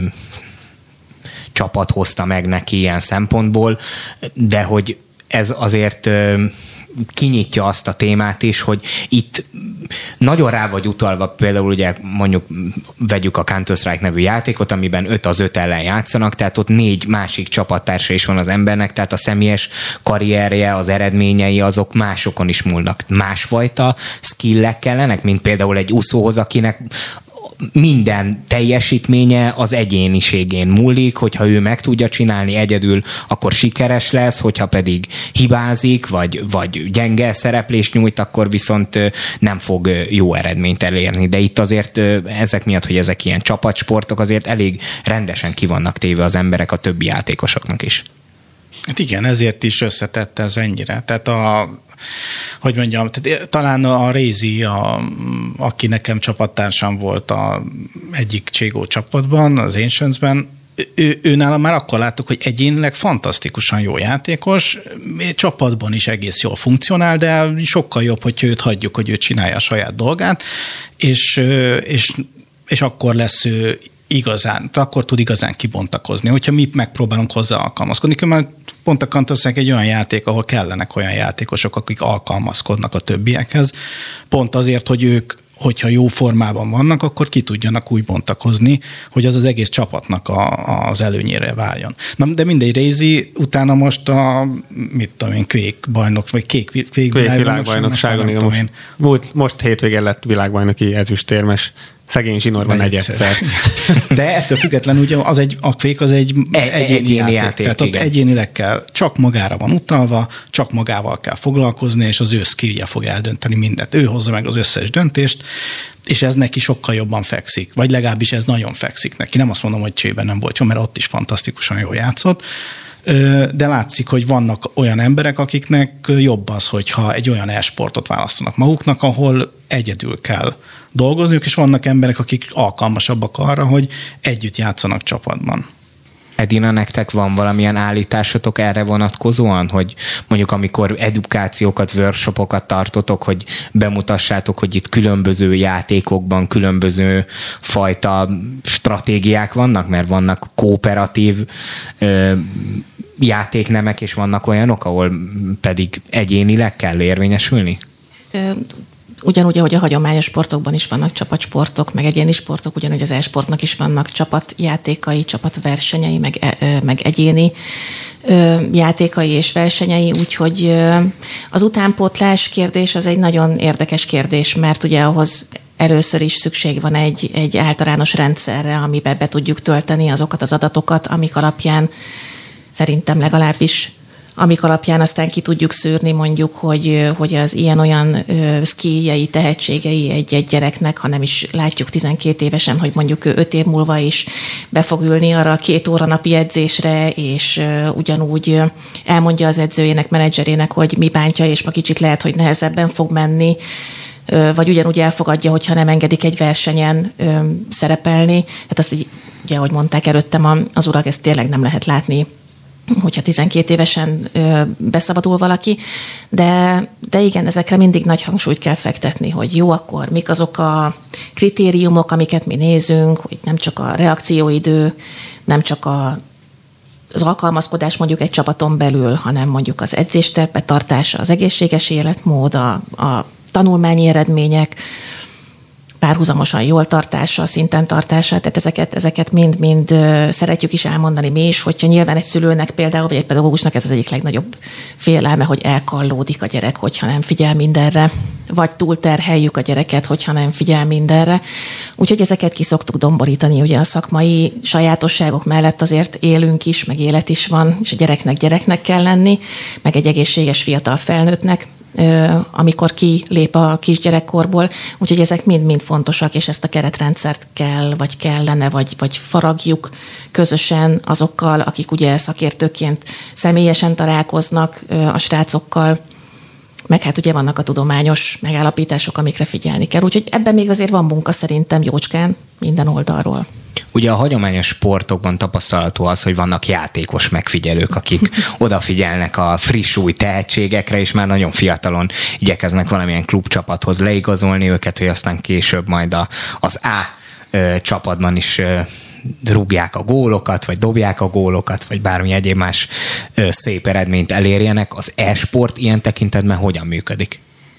csapat hozta meg neki ilyen szempontból, de hogy ez azért kinyitja azt a témát is, hogy itt nagyon rá vagy utalva, például ugye mondjuk vegyük a Counter-Strike nevű játékot, amiben öt az öt ellen játszanak, tehát ott négy másik csapattársa is van az embernek, tehát a személyes karrierje, az eredményei azok másokon is múlnak. Másfajta skillek kellenek, mint például egy úszóhoz, akinek minden teljesítménye az egyéniségén múlik, hogyha ő meg tudja csinálni egyedül, akkor sikeres lesz, hogyha pedig hibázik, vagy, vagy gyenge szereplést nyújt, akkor viszont nem fog jó eredményt elérni. De itt azért ezek miatt, hogy ezek ilyen csapatsportok, azért elég rendesen ki vannak téve az emberek a többi játékosoknak is. Hát igen, ezért is összetette ez ennyire. Tehát a hogy mondjam, tehát talán a Rézi, a, aki nekem csapattársam volt a egyik Cségó csapatban, az Ancients-ben, ő, ő nálam már akkor láttuk, hogy egyénileg fantasztikusan jó játékos, csapatban is egész jól funkcionál, de sokkal jobb, hogyha őt hagyjuk, hogy ő csinálja a saját dolgát, és, és, és akkor lesz ő igazán, akkor tud igazán kibontakozni, hogyha mi megpróbálunk hozzá alkalmazkodni. Mert pont a Counter-Strike egy olyan játék, ahol kellenek olyan játékosok, akik alkalmazkodnak a többiekhez, pont azért, hogy ők, hogyha jó formában vannak, akkor ki tudjanak úgy bontakozni, hogy az az egész csapatnak a, az előnyére váljon. Na, de mindegy Rézi, utána most a, mit tudom én, Quake bajnok, vagy Quake, Quake, Quake világbajnokságon, igen, most, most, most hétvégén lett világbajnoki ezüstérmes. Szegény zsinórban egyszer. De ettől függetlenül ugye az egy, a Quake az egy e, egyéni, egyéni játék. játék. Tehát igen. Ott egyénileg kell, csak magára van utalva, csak magával kell foglalkozni, és az ő skillje fog eldönteni mindent. Ő hozza meg az összes döntést, és ez neki sokkal jobban fekszik. Vagy legalábbis ez nagyon fekszik neki. Nem azt mondom, hogy Csében nem volt jó, mert ott is fantasztikusan jól játszott. De látszik, hogy vannak olyan emberek, akiknek jobb az, hogyha egy olyan e-sportot választanak maguknak, ahol egyedül kell dolgozniuk, és vannak emberek, akik alkalmasabbak arra, hogy együtt játszanak csapatban. Edina, nektek van valamilyen állításotok erre vonatkozóan, hogy mondjuk amikor edukációkat, workshopokat tartotok, hogy bemutassátok, hogy itt különböző játékokban különböző fajta stratégiák vannak, mert vannak kooperatív ö, játéknemek, és vannak olyanok, ahol pedig egyénileg kell érvényesülni? Ugyanúgy, ahogy a hagyományos sportokban is vannak csapatsportok, meg egyéni sportok, ugyanúgy az e-sportnak is vannak csapatjátékai, csapatversenyei, meg, meg egyéni játékai és versenyei, úgyhogy az utánpótlás kérdés az egy nagyon érdekes kérdés, mert ugye ahhoz először is szükség van egy, egy általános rendszerre, amiben be tudjuk tölteni azokat az adatokat, amik alapján szerintem legalábbis amik alapján aztán ki tudjuk szűrni mondjuk, hogy, hogy az ilyen-olyan szkíjei, tehetségei egy-egy gyereknek, ha nem is látjuk tizenkét évesen, hogy mondjuk öt év múlva is be fog ülni arra a két óra napi edzésre, és ugyanúgy elmondja az edzőjének, menedzserének, hogy mi bántja, és ma kicsit lehet, hogy nehezebben fog menni, vagy ugyanúgy elfogadja, hogyha nem engedik egy versenyen szerepelni. Tehát azt így, ugye, ahogy mondták előttem az urak, ezt tényleg nem lehet látni, hogyha tizenkét évesen ö, beszabadul valaki, de, de igen, ezekre mindig nagy hangsúlyt kell fektetni, hogy jó, akkor mik azok a kritériumok, amiket mi nézünk, hogy nem csak a reakcióidő, nem csak a, az alkalmazkodás mondjuk egy csapaton belül, hanem mondjuk az edzésterv betartása, az egészséges életmód, a, a tanulmányi eredmények, párhuzamosan jól tartása, szinten tartása, tehát ezeket, ezeket mind-mind szeretjük is elmondani mi is, hogyha nyilván egy szülőnek például, vagy egy pedagógusnak ez az egyik legnagyobb félelme, hogy elkallódik a gyerek, hogyha nem figyel mindenre, vagy túlterheljük a gyereket, hogyha nem figyel mindenre. Úgyhogy ezeket ki szoktuk domborítani, ugye a szakmai sajátosságok mellett azért élünk is, meg élet is van, és a gyereknek gyereknek kell lenni, meg egy egészséges fiatal felnőttnek, amikor kilép a kisgyerekkorból, úgyhogy ezek mind-mind fontosak, és ezt a keretrendszert kell, vagy kellene, vagy, vagy faragjuk közösen azokkal, akik ugye szakértőként személyesen találkoznak a srácokkal, meg hát ugye vannak a tudományos megállapítások, amikre figyelni kell. Úgyhogy ebben még azért van munka szerintem jócskán minden oldalról. Ugye a hagyományos sportokban tapasztalható az, hogy vannak játékos megfigyelők, akik odafigyelnek a friss új tehetségekre, és már nagyon fiatalon igyekeznek valamilyen klubcsapathoz leigazolni őket, hogy aztán később majd a, az A ö, csapatban is ö, rúgják a gólokat, vagy dobják a gólokat, vagy bármi egyéb más ö, szép eredményt elérjenek. Az e-sport ilyen tekintetben hogyan működik?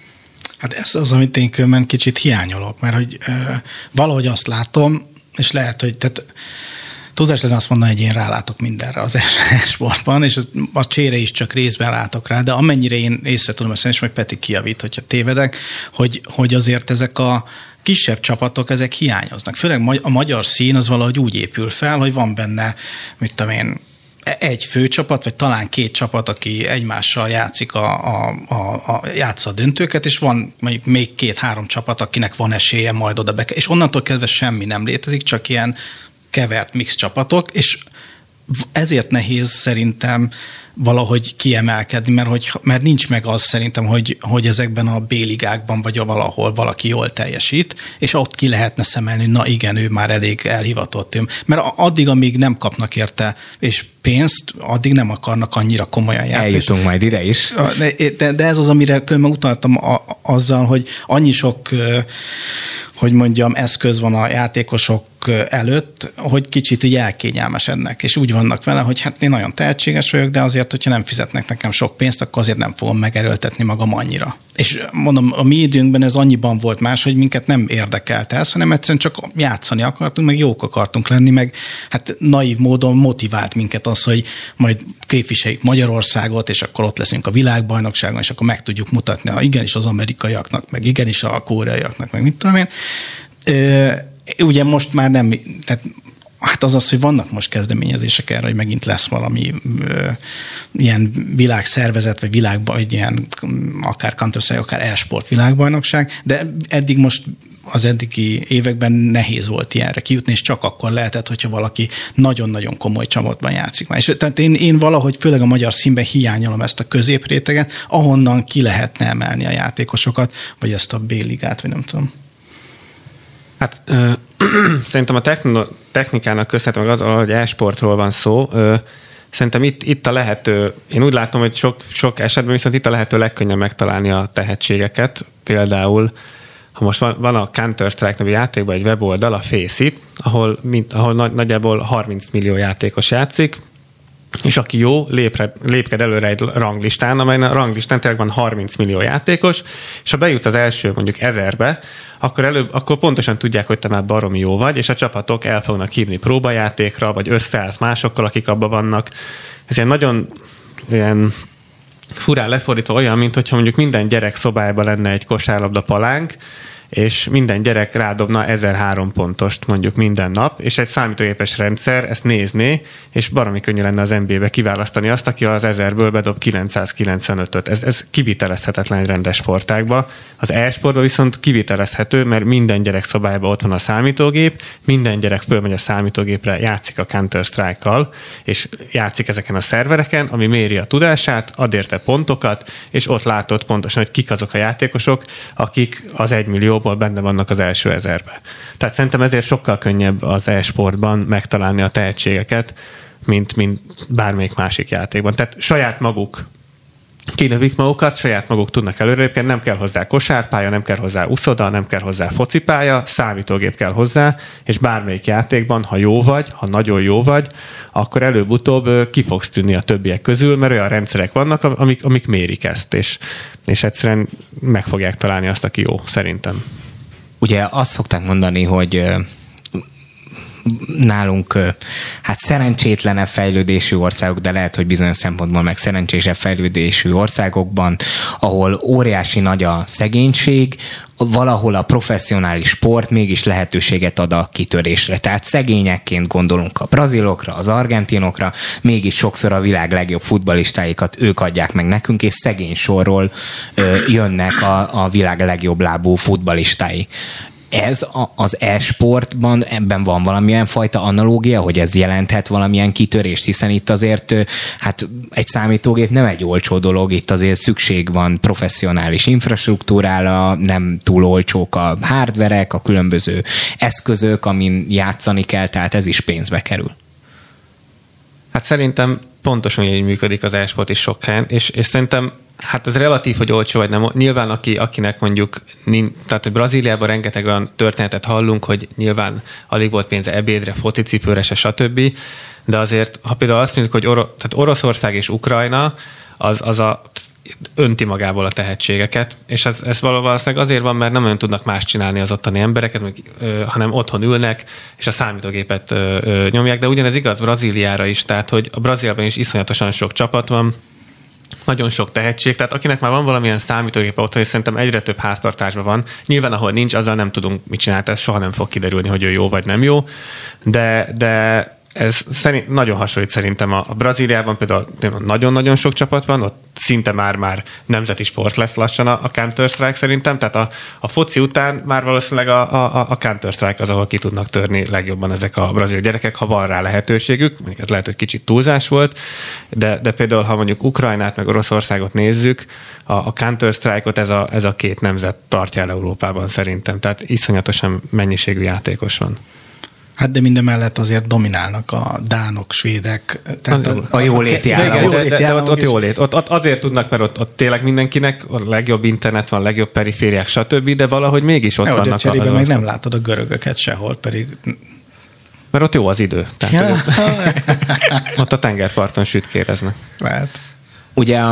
Hát ez az, amit én különben kicsit hiányolok, mert hogy ö, valahogy azt látom, és lehet, hogy tehát túlzás lenne azt mondani, hogy én rálátok mindenre az e-sportban, és a csére is csak részben látok rá, de amennyire én észre tudom ezt, és majd Peti kijavít, hogyha tévedek, hogy, hogy azért ezek a kisebb csapatok, ezek hiányoznak. Főleg a magyar szín az valahogy úgy épül fel, hogy van benne, mit tudom én, egy főcsapat, vagy talán két csapat, aki egymással játszik a, a, a, a játsza a döntőket, és van mondjuk még két-három csapat, akinek van esélye majd oda be. És onnantól kezdve semmi nem létezik, csak ilyen kevert mix csapatok, és ezért nehéz szerintem valahogy kiemelkedni, mert, hogy, mert nincs meg az szerintem, hogy, hogy ezekben a B-ligákban vagy valahol valaki jól teljesít, és ott ki lehetne szemelni, hogy na igen, ő már elég elhivatott. Mert addig, amíg nem kapnak érte és pénzt, addig nem akarnak annyira komolyan játszani. Eljutunk majd ide is. De, de ez az, amire különben utaltam a, azzal, hogy annyi sok, hogy mondjam, eszköz van a játékosok előtt, hogy kicsit így elkényelmesednek, és úgy vannak vele, hogy hát én nagyon tehetséges vagyok, de azért, hogyha nem fizetnek nekem sok pénzt, akkor azért nem fogom megerőltetni magam annyira. És mondom, a mi időnkben ez annyiban volt más, hogy minket nem érdekelte ez, hanem egyszerűen csak játszani akartunk, meg jók akartunk lenni, meg hát naív módon motivált minket az, hogy majd képviseljük Magyarországot, és akkor ott leszünk a világbajnokságon, és akkor meg tudjuk mutatni, ha igenis az amerikaiaknak, meg igenis a koreaiaknak, meg mit tudom én. Ugye most már nem, tehát Hát az az, hogy vannak most kezdeményezések erre, hogy megint lesz valami ö, ilyen világszervezet, vagy világban, vagy ilyen akár Counter-Strike, akár e-sport világbajnokság, de eddig most az eddigi években nehéz volt ilyenre kijutni, és csak akkor lehetett, hogyha valaki nagyon-nagyon komoly csapatban játszik már. És tehát én, én valahogy, főleg a magyar színben hiányolom ezt a középréteget, ahonnan ki lehetne emelni a játékosokat, vagy ezt a B-ligát, vagy nem tudom. Hát ö, szerintem a techno, technikának köszönhetően, hogy e-sportról van szó, ö, szerintem itt, itt a lehető, én úgy látom, hogy sok, sok esetben viszont itt a lehető legkönnyebb megtalálni a tehetségeket. Például, ha most van, van a Counter-Strike nevű játékban egy weboldal, a Faceit, ahol, mint, ahol nagy, nagyjából harminc millió játékos játszik, és aki jó, lépre, lépked előre egy ranglistán, amelyen a ranglistán tényleg van harminc millió játékos, és ha bejutsz az első mondjuk ezerbe, akkor, előbb, akkor pontosan tudják, hogy te már baromi jó vagy, és a csapatok el fognak hívni próbajátékra, vagy összeállsz másokkal, akik abban vannak. Ez ilyen nagyon ilyen furán lefordítva olyan, mint hogyha mondjuk minden gyerek szobájában lenne egy kosárlabda palánk, és minden gyerek rádobna ezerhárom pontost mondjuk minden nap, és egy számítógépes rendszer ezt nézné, és baromi könnyű lenne az en bé á-be kiválasztani azt, aki az ezerből bedob kilencszázkilencvenötöt. Ez, ez kivitelezhetetlen egy rendes sportágba. Az e-sportban viszont kivitelezhető, mert minden gyerek szobájában ott van a számítógép, minden gyerek fölmegy a számítógépre, játszik a Counter-Strike-kal, és játszik ezeken a szervereken, ami méri a tudását, ad érte pontokat, és ott látod pontosan, hogy kik azok a játékosok, akik az egymillió benne vannak az első ezerbe. Tehát szerintem ezért sokkal könnyebb az e-sportban megtalálni a tehetségeket, mint, mint bármelyik másik játékban. Tehát saját maguk kinövik magukat, saját maguk tudnak előrelépni, nem kell hozzá kosárpálya, nem kell hozzá uszoda, nem kell hozzá focipálya, számítógép kell hozzá, és bármelyik játékban, ha jó vagy, ha nagyon jó vagy, akkor előbb-utóbb ki fogsz tűnni a többiek közül, mert olyan rendszerek vannak, amik, amik mérik ezt, és, és egyszerűen meg fogják találni azt, aki jó, szerintem. Ugye azt szokták mondani, hogy nálunk hát szerencsétlenebb fejlődésű országok, de lehet, hogy bizonyos szempontból meg szerencsésebb fejlődésű országokban, ahol óriási nagy a szegénység, valahol a professzionális sport mégis lehetőséget ad a kitörésre. Tehát szegényekként gondolunk a brazilokra, az argentinokra, mégis sokszor a világ legjobb futballistáikat ők adják meg nekünk, és szegény sorról ö, jönnek a, a világ legjobb lábú futballistái. Ez a, az e-sportban, ebben van valamilyen fajta analógia, hogy ez jelenthet valamilyen kitörést, hiszen itt azért hát egy számítógép nem egy olcsó dolog, itt azért szükség van professzionális infrastruktúrára, nem túl olcsók a hardverek, a különböző eszközök, amin játszani kell, tehát ez is pénzbe kerül. Hát szerintem pontosan így működik az e-sport is sok helyen, és, és szerintem hát ez relatív, hogy olcsó vagy nem. Nyilván aki, akinek mondjuk, tehát hogy Brazíliában rengeteg olyan történetet hallunk, hogy nyilván alig volt pénze ebédre, focicipőre, se stb. De azért, ha például azt mondjuk, hogy Oro, tehát Oroszország és Ukrajna, az, az a önti magából a tehetségeket, és ez, ez valószínűleg azért van, mert nem olyan tudnak más csinálni az ottani embereket, meg, ö, hanem otthon ülnek, és a számítógépet ö, ö, nyomják, de ugyanez igaz Brazíliára is, tehát hogy a Brazíliában is iszonyatosan sok csapat van, nagyon sok tehetség, tehát akinek már van valamilyen számítógépe otthon, és szerintem egyre több háztartásban van. Nyilván, ahol nincs, azzal nem tudunk mit csinálni, ez soha nem fog kiderülni, hogy ő jó vagy nem jó, de, de ez szerint, nagyon hasonlít szerintem a, a Brazíliában például nagyon-nagyon sok csapat van, ott szinte már-már nemzeti sport lesz lassan a, a Counter-Strike szerintem, tehát a, a foci után már valószínűleg a, a, a Counter-Strike az, ahol ki tudnak törni legjobban ezek a brazil gyerekek, ha van rá lehetőségük, mondjuk ez lehet, hogy kicsit túlzás volt, de, de például, ha mondjuk Ukrajnát meg Oroszországot nézzük, a, a Counter-Strike-ot ez a, ez a két nemzet tartja el Európában szerintem, tehát iszonyatosan mennyiségű játékos van. Hát de minden mellett azért dominálnak a dánok, svédek. Tehát a, a, a jóléti államok. De, de, de ott, ott jólét. Ott, ott azért tudnak, mert ott, ott tényleg mindenkinek a legjobb internet van, a legjobb perifériák, stb., de valahogy mégis ott ne, vannak. De cserébe meg nem látod a görögöket sehol, pedig... Mert ott jó az idő. Tehát ja. ott, ott a tengerparton sütkéreznek. Lehet. Ugye a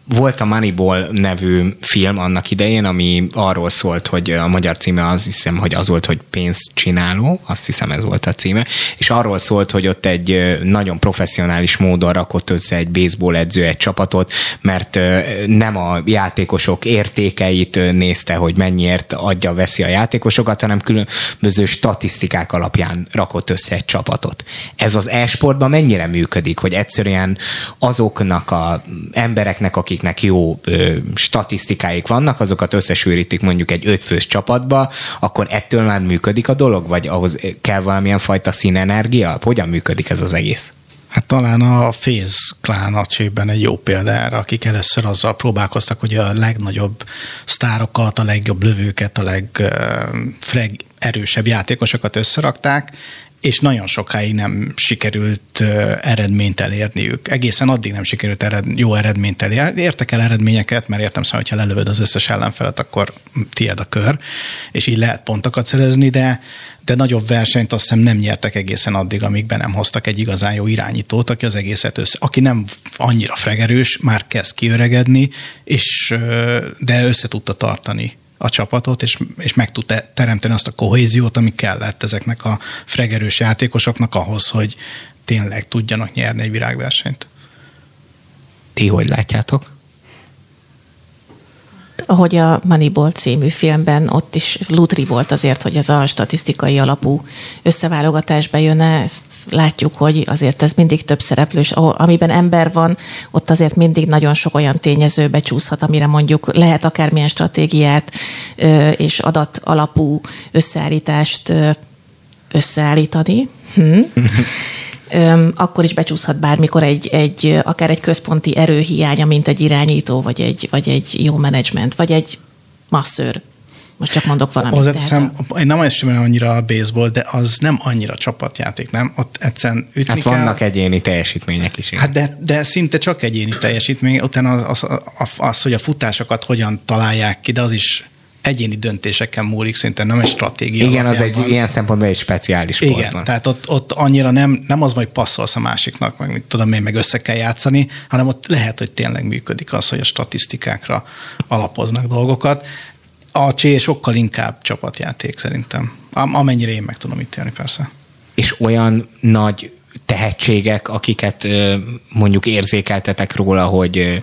volt a Moneyball nevű film annak idején, ami arról szólt, hogy a magyar címe azt hiszem, hogy az volt, hogy pénzcsináló, azt hiszem ez volt a címe, és arról szólt, hogy ott egy nagyon professzionális módon rakott össze egy baseball edző egy csapatot, mert nem a játékosok értékeit nézte, hogy mennyiért adja, veszi a játékosokat, hanem különböző statisztikák alapján rakott össze egy csapatot. Ez az e-sportban mennyire működik, hogy egyszerűen azoknak az embereknek, akiknek jó ö, statisztikáik vannak, azokat összesűrítik mondjuk egy ötfős csapatba, akkor ettől már működik a dolog, vagy ahhoz kell valamilyen fajta színenergia? Hogyan működik ez az egész? Hát talán a FaZe klán a csében egy jó példa erre, akik először azzal próbálkoztak, hogy a legnagyobb sztárokat, a legjobb lövőket, a legerősebb játékosokat összerakták, és nagyon sokáig nem sikerült eredményt elérniük. Egészen addig nem sikerült ered, jó eredményt elérni. Értek el eredményeket, mert értem szóval, hogyha lelövöd az összes ellenfelet, akkor tiéd a kör, és így lehet pontokat szerezni, de, de nagyobb versenyt azt hiszem nem nyertek egészen addig, amíg be nem hoztak egy igazán jó irányítót, aki az egészet össze, aki nem annyira fregerős, már kezd kiöregedni, és, de össze tudta tartani a csapatot, és, és meg tud teremteni azt a kohéziót, ami kellett ezeknek a fregerős játékosoknak ahhoz, hogy tényleg tudjanak nyerni egy világversenyt. Ti hogy látjátok? Ahogy a Moneyball című filmben ott is lutri volt azért, hogy ez a statisztikai alapú összeválogatás bejönne, ezt látjuk, hogy azért ez mindig több szereplős, amiben ember van, ott azért mindig nagyon sok olyan tényező becsúszhat, amire mondjuk lehet akármilyen stratégiát és adat alapú összeállítást összeállítani. Hm. Akkor is becsúszhat bármikor egy, egy, akár egy központi erőhiánya, mint egy irányító, vagy egy, vagy egy jó menedzsment, vagy egy masszőr. Most csak mondok valamit. Hozzáteszem, a... én nem ismerem annyira a baseball, de az nem annyira csapatjáték, nem? Ott egyszerűen ütni hát kell. Vannak egyéni teljesítmények is. Hát de, de szinte csak egyéni teljesítmény. Utána az, az, az, az, hogy a futásokat hogyan találják ki, de az is egyéni döntésekkel múlik, szinte nem egy stratégia. Igen, az egy van. Ilyen szempontból egy speciális sport. Igen, van. Tehát ott, ott annyira nem, nem az, hogy passzolsz a másiknak, meg mit tudom én, meg össze kell játszani, hanem ott lehet, hogy tényleg működik az, hogy a statisztikákra alapoznak dolgokat. A csé sokkal inkább csapatjáték szerintem. Amennyire én meg tudom ítélni, persze. És olyan nagy tehetségek, akiket mondjuk érzékeltetek róla, hogy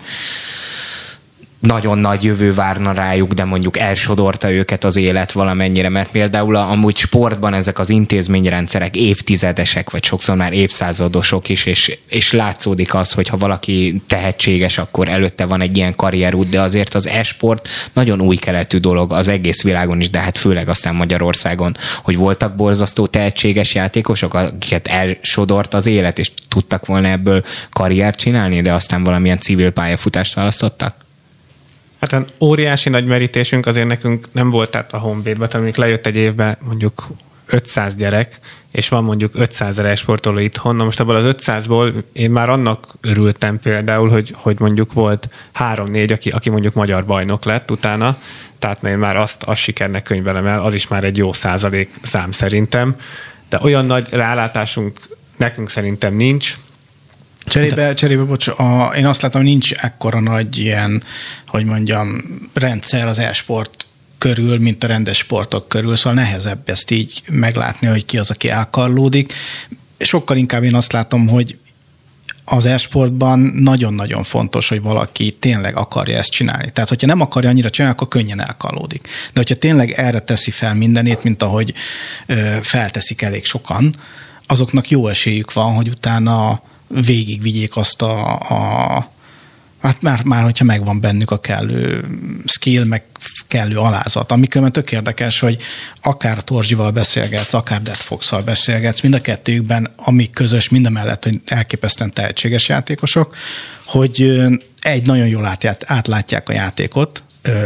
nagyon nagy jövő várna rájuk, de mondjuk elsodorta őket az élet valamennyire, mert például amúgy sportban ezek az intézményrendszerek évtizedesek, vagy sokszor már évszázadosok is, és, és látszódik az, hogy ha valaki tehetséges, akkor előtte van egy ilyen karrierút, de azért az e-sport nagyon új keletű dolog az egész világon is, de hát főleg aztán Magyarországon, hogy voltak borzasztó tehetséges játékosok, akiket elsodort az élet, és tudtak volna ebből karriert csinálni, de aztán valamilyen civil pályafutást választottak? Hát óriási nagy merítésünk azért nekünk nem volt, tehát a Honvédben, amik lejött egy évben mondjuk ötszáz gyerek, és van mondjuk ötszáz e-sportoló itthon. Na most abból az ötszázból én már annak örültem például, hogy, hogy mondjuk volt három-négy, aki, aki mondjuk magyar bajnok lett utána, tehát én már azt, azt sikernek könyvelem el, az is már egy jó százalék szám szerintem, de olyan nagy rálátásunk nekünk szerintem nincs. Cserébe, cserébe bocs, a, én azt látom, hogy nincs ekkora nagy ilyen, hogy mondjam, rendszer az e-sport körül, mint a rendes sportok körül, szóval nehezebb ezt így meglátni, hogy ki az, aki elkarlódik. Sokkal inkább én azt látom, hogy az e-sportban nagyon-nagyon fontos, hogy valaki tényleg akarja ezt csinálni. Tehát, hogyha nem akarja annyira csinálni, akkor könnyen elkallódik. De hogyha tényleg erre teszi fel mindenét, mint ahogy ö, felteszik elég sokan, azoknak jó esélyük van, hogy utána végigvigyék azt a, a hát már, már hogyha megvan bennük a kellő skill, meg kellő alázat. Amikor tök érdekes, hogy akár Torzsival beszélgetsz, akár Dead Fox-szal beszélgetsz, mind a kettőjükben, ami közös, mindemellett, hogy elképesztően tehetséges játékosok, hogy egy nagyon jól átját, átlátják a játékot,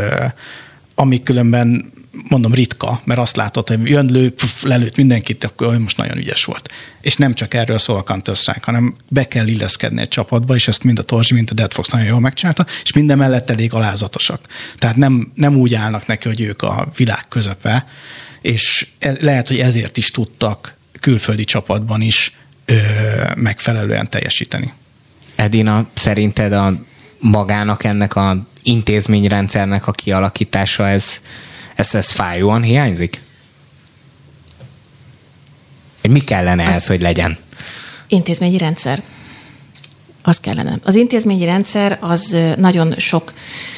ami különben mondom ritka, mert azt látod, hogy jön, lő, puf, lelőtt mindenkit, akkor most nagyon ügyes volt. És nem csak erről szól a Counter-Strike, hanem be kell illeszkedni egy csapatba, és ezt mind a Torzsi, mind a Dead Fox nagyon jól megcsinálta, és minden mellett elég alázatosak. Tehát nem, nem úgy állnak neki, hogy ők a világ közepe, és lehet, hogy ezért is tudtak külföldi csapatban is ö, megfelelően teljesíteni. Edina, szerinted a magának ennek a intézményrendszernek a kialakítása, ez, ez, ez fájóan hiányzik? Mi kellene ez, hogy legyen? Intézményi rendszer. Az kellene. Az intézményi rendszer az nagyon sok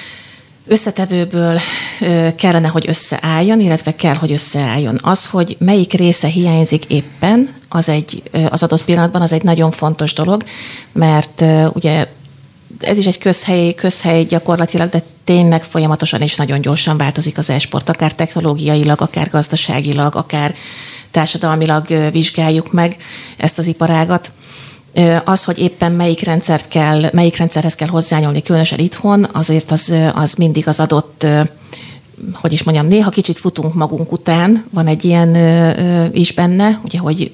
összetevőből kellene, hogy összeálljon, illetve kell, hogy összeálljon. Az, hogy melyik része hiányzik éppen, az, egy, az adott pillanatban, az egy nagyon fontos dolog, mert ugye ez is egy közhely, közhely gyakorlatilag, de tényleg folyamatosan és nagyon gyorsan változik az e-sport, akár technológiailag, akár gazdaságilag, akár társadalmilag vizsgáljuk meg ezt az iparágat. Az, hogy éppen melyik rendszert kell, melyik rendszerhez kell hozzányúlni, különösen itthon, azért az, az mindig az adott, hogy is mondjam, néha kicsit futunk magunk után, van egy ilyen is benne, ugye, hogy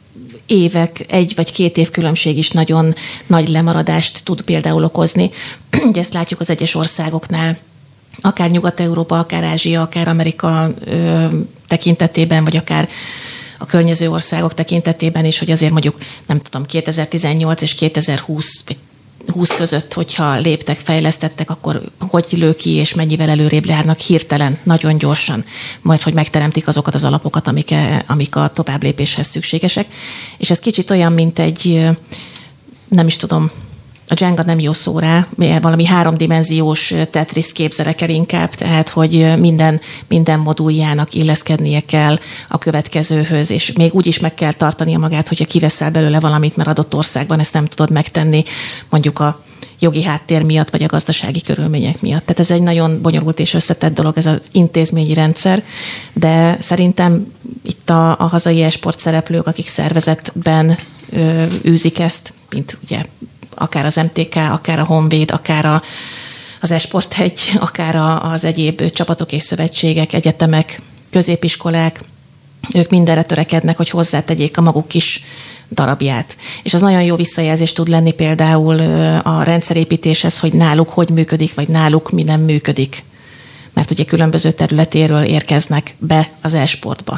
évek, egy vagy két év különbség is nagyon nagy lemaradást tud például okozni. Ugye ezt látjuk az egyes országoknál, akár Nyugat-Európa, akár Ázsia, akár Amerika ö, tekintetében, vagy akár a környező országok tekintetében is, hogy azért mondjuk, nem tudom, kétezer-tizennyolc és kétezer-húsz vagy húsz között, hogyha léptek, fejlesztettek, akkor hogy lő ki, és mennyivel előrébb járnak hirtelen, nagyon gyorsan, majd hogy megteremtik azokat az alapokat, amik, amik a tovább lépéshez szükségesek. És ez kicsit olyan, mint egy, nem is tudom, a Jenga nem jó szó rá, valami háromdimenziós Tetriszt képzelek el inkább, tehát, hogy minden, minden moduljának illeszkednie kell a következőhöz, és még úgy is meg kell tartania magát, hogyha kiveszel belőle valamit, mert adott országban ezt nem tudod megtenni, mondjuk a jogi háttér miatt, vagy a gazdasági körülmények miatt. Tehát ez egy nagyon bonyolult és összetett dolog, ez az intézményi rendszer, de szerintem itt a, a hazai e-sport szereplők, akik szervezetben ö, űzik ezt, mint ugye akár az em té ká, akár a Honvéd, akár a, az e-sport egy, akár a, az egyéb csapatok és szövetségek, egyetemek, középiskolák, ők mindenre törekednek, hogy hozzátegyék a maguk kis darabját. És az nagyon jó visszajelzés tud lenni például a rendszerépítéshez, hogy náluk hogy működik, vagy náluk mi nem működik. Mert ugye különböző területéről érkeznek be az e-sportba.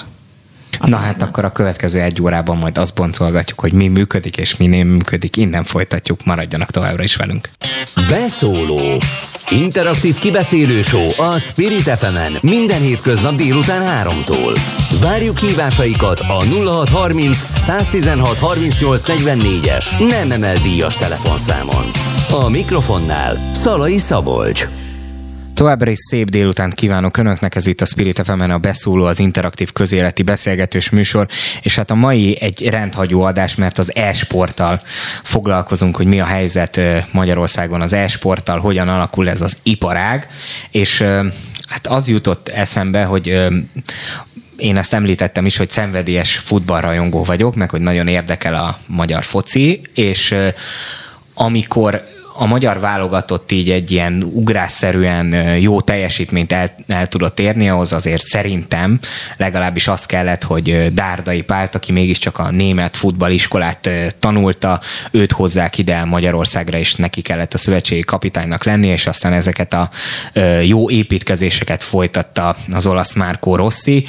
Na hát akkor a következő egy órában majd azt boncolgatjuk, hogy mi működik és mi nem működik. Innen folytatjuk, maradjanak továbbra is velünk. Beszóló. Interaktív kibeszélő show a Spirit ef emen minden hétköznap délután háromtól. Várjuk hívásaikat a nulla hat harminc száztizenhat harmincnyolc negyvennégyes nem emel díjas telefonszámon. A mikrofonnál Szalai Szabolcs. Továbbra is szép délutánt kívánok Önöknek, ez itt a Spirit ef emen a Beszóló, az interaktív közéleti beszélgetős műsor, és hát a mai egy rendhagyó adás, mert az e-sporttal foglalkozunk, hogy mi a helyzet Magyarországon az e-sporttal, hogyan alakul ez az iparág, és hát az jutott eszembe, hogy én ezt említettem is, hogy szenvedélyes futballrajongó vagyok, meg hogy nagyon érdekel a magyar foci, és amikor a magyar válogatott így egy ilyen ugrásszerűen jó teljesítményt el, el tudott érni, ahhoz azért szerintem legalábbis az kellett, hogy Dárdai Pált, aki mégiscsak a német futballiskolát tanulta, őt hozzák ide Magyarországra, és neki kellett a szövetségi kapitánynak lenni, és aztán ezeket a jó építkezéseket folytatta az olasz Marco Rossi.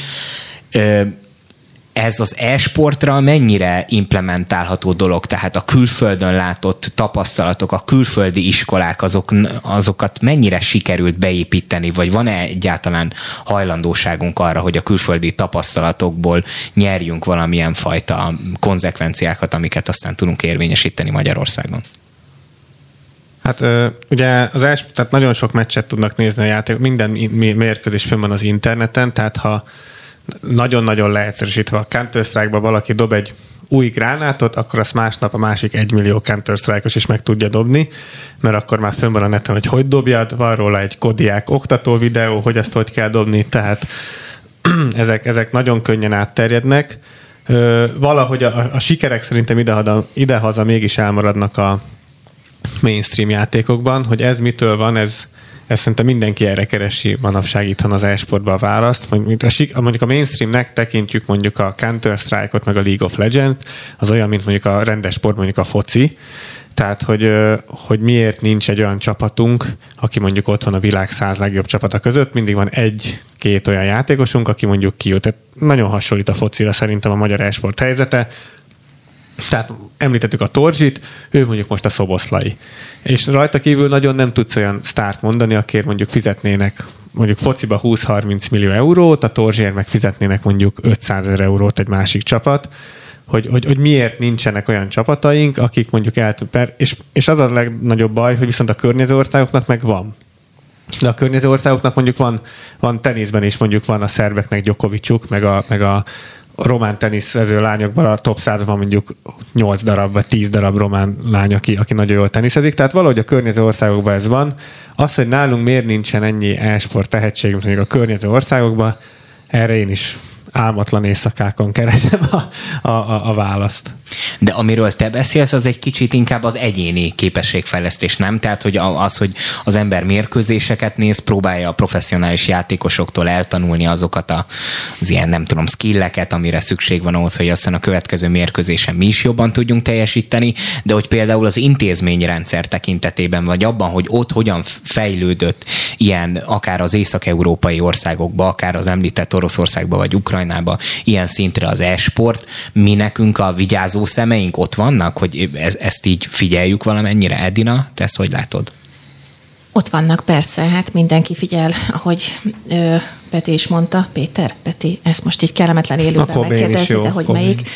Ez az e-sportra mennyire implementálható dolog? Tehát a külföldön látott tapasztalatok, a külföldi iskolák, azok, azokat mennyire sikerült beépíteni, vagy van-e egyáltalán hajlandóságunk arra, hogy a külföldi tapasztalatokból nyerjünk valamilyen fajta konzekvenciákat, amiket aztán tudunk érvényesíteni Magyarországon? Hát ugye az els, tehát nagyon sok meccset tudnak nézni a játék, minden mérkőzés fönn van az interneten, tehát ha nagyon-nagyon leegyszerűsítve a Counter-Strike-ba valaki dob egy új gránátot, akkor azt másnap a másik egymillió Counter-Strike-os is meg tudja dobni, mert akkor már fönn van a neten, hogy hogy dobjad, van róla egy Kodiák oktató videó, hogy ezt hogy kell dobni, tehát ezek, ezek nagyon könnyen átterjednek. Valahogy a, a sikerek szerintem idehaza, idehaza mégis elmaradnak a mainstream játékokban, hogy ez mitől van, ez Ezt szerintem mindenki erre keresi manapság itthon az e-sportba a választ. Mondjuk a mainstreamnek tekintjük mondjuk a Counter-Strike-ot, meg a League of Legends, az olyan, mint mondjuk a rendes sport, mondjuk a foci. Tehát, hogy, hogy miért nincs egy olyan csapatunk, aki mondjuk ott van a világ száz legjobb csapata között, mindig van egy-két olyan játékosunk, aki mondjuk kijut. Tehát nagyon hasonlít a focira szerintem a magyar e-sport helyzete. Tehát említettük a Torzsit, ő mondjuk most a Szoboszlai. És rajta kívül nagyon nem tudsz olyan sztárt mondani, akért mondjuk fizetnének mondjuk fociba húsz-harminc millió eurót, a Torzsért meg fizetnének mondjuk ötszázezer eurót egy másik csapat, hogy, hogy, hogy miért nincsenek olyan csapataink, akik mondjuk el tud, és, és az a legnagyobb baj, hogy viszont a környező országoknak meg van. De a környező országoknak mondjuk van, van teniszben is, mondjuk van a szerbeknek Djokovicuk, meg a, meg a román teniszező lányokban a top százban van mondjuk nyolc darab, vagy tíz darab román lány, aki, aki nagyon jól teniszezik. Tehát valahogy a környező országokban ez van. Az, hogy nálunk miért nincsen ennyi e-sport tehetségünk mondjuk a környező országokban, erre én is álmatlan éjszakákon keresem a, a, a, a választ. De amiről te beszélsz, az egy kicsit inkább az egyéni képességfejlesztés, nem? Tehát, hogy az, hogy az ember mérkőzéseket néz, próbálja a professzionális játékosoktól eltanulni azokat a, az ilyen, nem tudom, skilleket, amire szükség van ahhoz, hogy aztán a következő mérkőzésen mi is jobban tudjunk teljesíteni, de hogy például az intézményrendszer tekintetében, vagy abban, hogy ott hogyan fejlődött ilyen, akár az észak-európai országokba, akár az említett Oroszországba, vagy Ukrajnába, ilyen szintre az e-sport, mi nekünk a vigyázó szemeink ott vannak, hogy ezt így figyeljük valamennyire? Edina, te ezt hogy látod? Ott vannak, persze, hát mindenki figyel, ahogy ö, Peti is mondta, Péter, Peti, ezt most így kellemetlen élőben megkérdezni, de hogy Kobén. Melyik.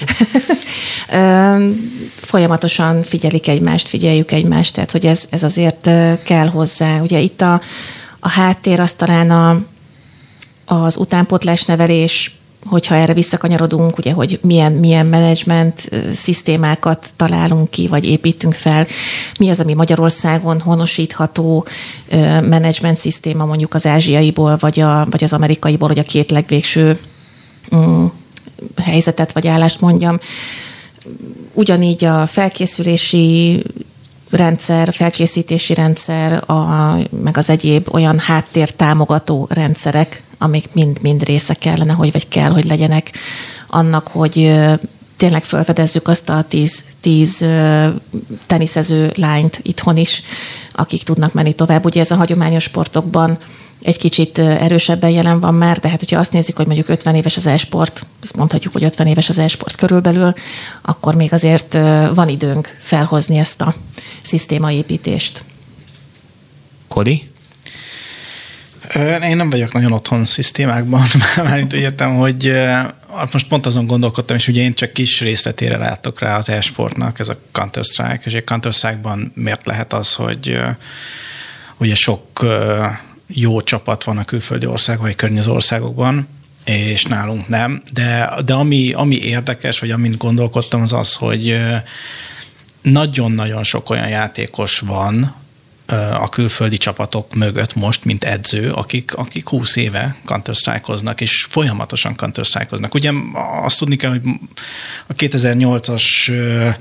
ö, folyamatosan figyelik egymást, figyeljük egymást, tehát hogy ez, ez azért kell hozzá. Ugye itt a, a háttér az talán a, az utánpótlás nevelés, hogyha erre visszakanyarodunk, ugye, hogy milyen, milyen menedzsment szisztémákat találunk ki, vagy építünk fel, mi az, ami Magyarországon honosítható menedzsment szisztéma, mondjuk az ázsiaiból, vagy, a, vagy az amerikaiból, hogy a két legvégső um, helyzetet, vagy állást mondjam. Ugyanígy a felkészülési rendszer, felkészítési rendszer, a, meg az egyéb olyan háttértámogató rendszerek, amik mind-mind része kellene, hogy vagy kell, hogy legyenek annak, hogy tényleg felfedezzük azt a tíz, tíz teniszező lányt itthon is, akik tudnak menni tovább. Ugye ez a hagyományos sportokban egy kicsit erősebben jelen van már, de hát hogyha azt nézzük, hogy mondjuk ötven éves az e-sport, azt mondhatjuk, hogy ötven éves az e-sport körülbelül, akkor még azért van időnk felhozni ezt a szisztémaépítést. Kodi? Én nem vagyok nagyon otthon szisztémákban, már itt úgy értem, hogy most pont azon gondolkodtam, és ugye én csak kis részletére látok rá az e-sportnak, ez a Counter-Strike, és egy Counter-Strike-ban miért lehet az, hogy ugye sok jó csapat van a külföldi országban, vagy környező országokban, és nálunk nem, de, de ami, ami érdekes, vagy amin gondolkodtam, az az, hogy nagyon-nagyon sok olyan játékos van a külföldi csapatok mögött most, mint edző, akik, akik húsz éve Counter-Strike-oznak, és folyamatosan Counter-Strike-oznak. Ugye azt tudni kell, hogy a kétezer-nyolcas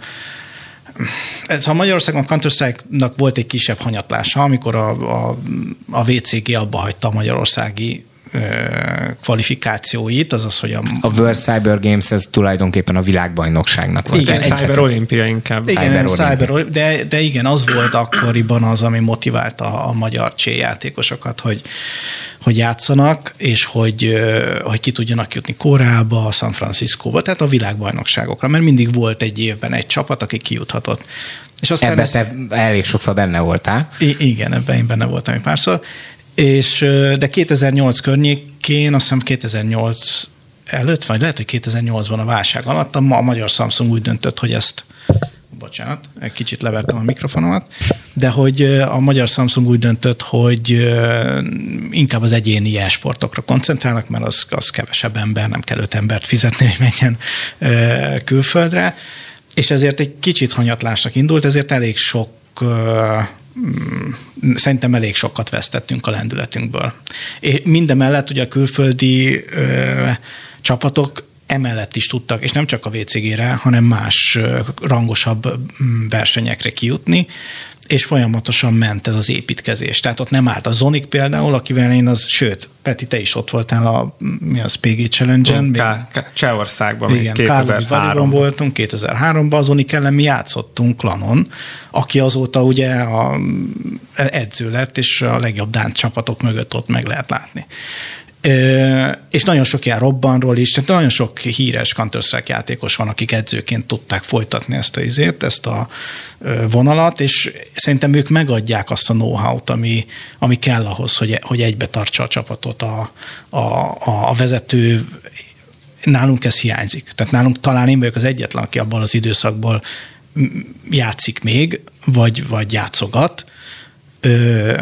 ez a Magyarországon Counter-Strike-nak volt egy kisebb hanyatlása, amikor a, a, a vé cé gé abba hagyta a magyarországi kvalifikációit, azaz, hogy a... A World Cyber Games, ez tulajdonképpen a világbajnokságnak volt. Igen, Cyber Olimpia inkább. Igen, Cyber Cyber, de, de igen, az volt akkoriban az, ami motiválta a magyar cséjátékosokat, hogy, hogy játszanak, és hogy, hogy ki tudjanak jutni Koreába, San Franciscóba, tehát a világbajnokságokra, mert mindig volt egy évben egy csapat, aki kijuthatott. És aztán ebben ez... te elég sokszor benne voltál. I- igen, ebben én benne voltam egy párszor. És, de kétezer-nyolc környékén, azt hiszem kétezer-nyolc előtt, vagy lehet, hogy kétezer-nyolcban a válság alatt a magyar Samsung úgy döntött, hogy ezt, bocsánat, egy kicsit levertem a mikrofonomat, de hogy a magyar Samsung úgy döntött, hogy inkább az egyéni e-sportokra koncentrálnak, mert az, az kevesebb ember, nem kell öt embert fizetni, hogy menjen külföldre, és ezért egy kicsit hanyatlásnak indult, ezért elég sok szerintem elég sokat vesztettünk a lendületünkből. És mindemellett ugye a külföldi ö, csapatok emellett is tudtak, és nem csak a vé cé gére, hanem más ö, rangosabb versenyekre kijutni, és folyamatosan ment ez az építkezés. Tehát ott nem állt. A Zonik például, akivel én az, sőt, Peti, te is ott voltál a mi az pé gé Challenge-en. Csehországban még kétezer-háromban voltunk, kétezer-háromban a Zonik ellen mi játszottunk Klanon, aki azóta ugye a edző lett, és a legjobb dán csapatok mögött ott meg lehet látni. És nagyon sok ilyen robbanról is, tehát nagyon sok híres Counter-Strike játékos van, akik edzőként tudták folytatni ezt a izét, ezt a vonalat, és szerintem ők megadják azt a know-how-t, ami, ami kell ahhoz, hogy, hogy egybe tartsa a csapatot a, a, a vezető. Nálunk ez hiányzik. Tehát nálunk talán én vagyok az egyetlen, aki abban az időszakból játszik még, vagy, vagy játszogat. Ö,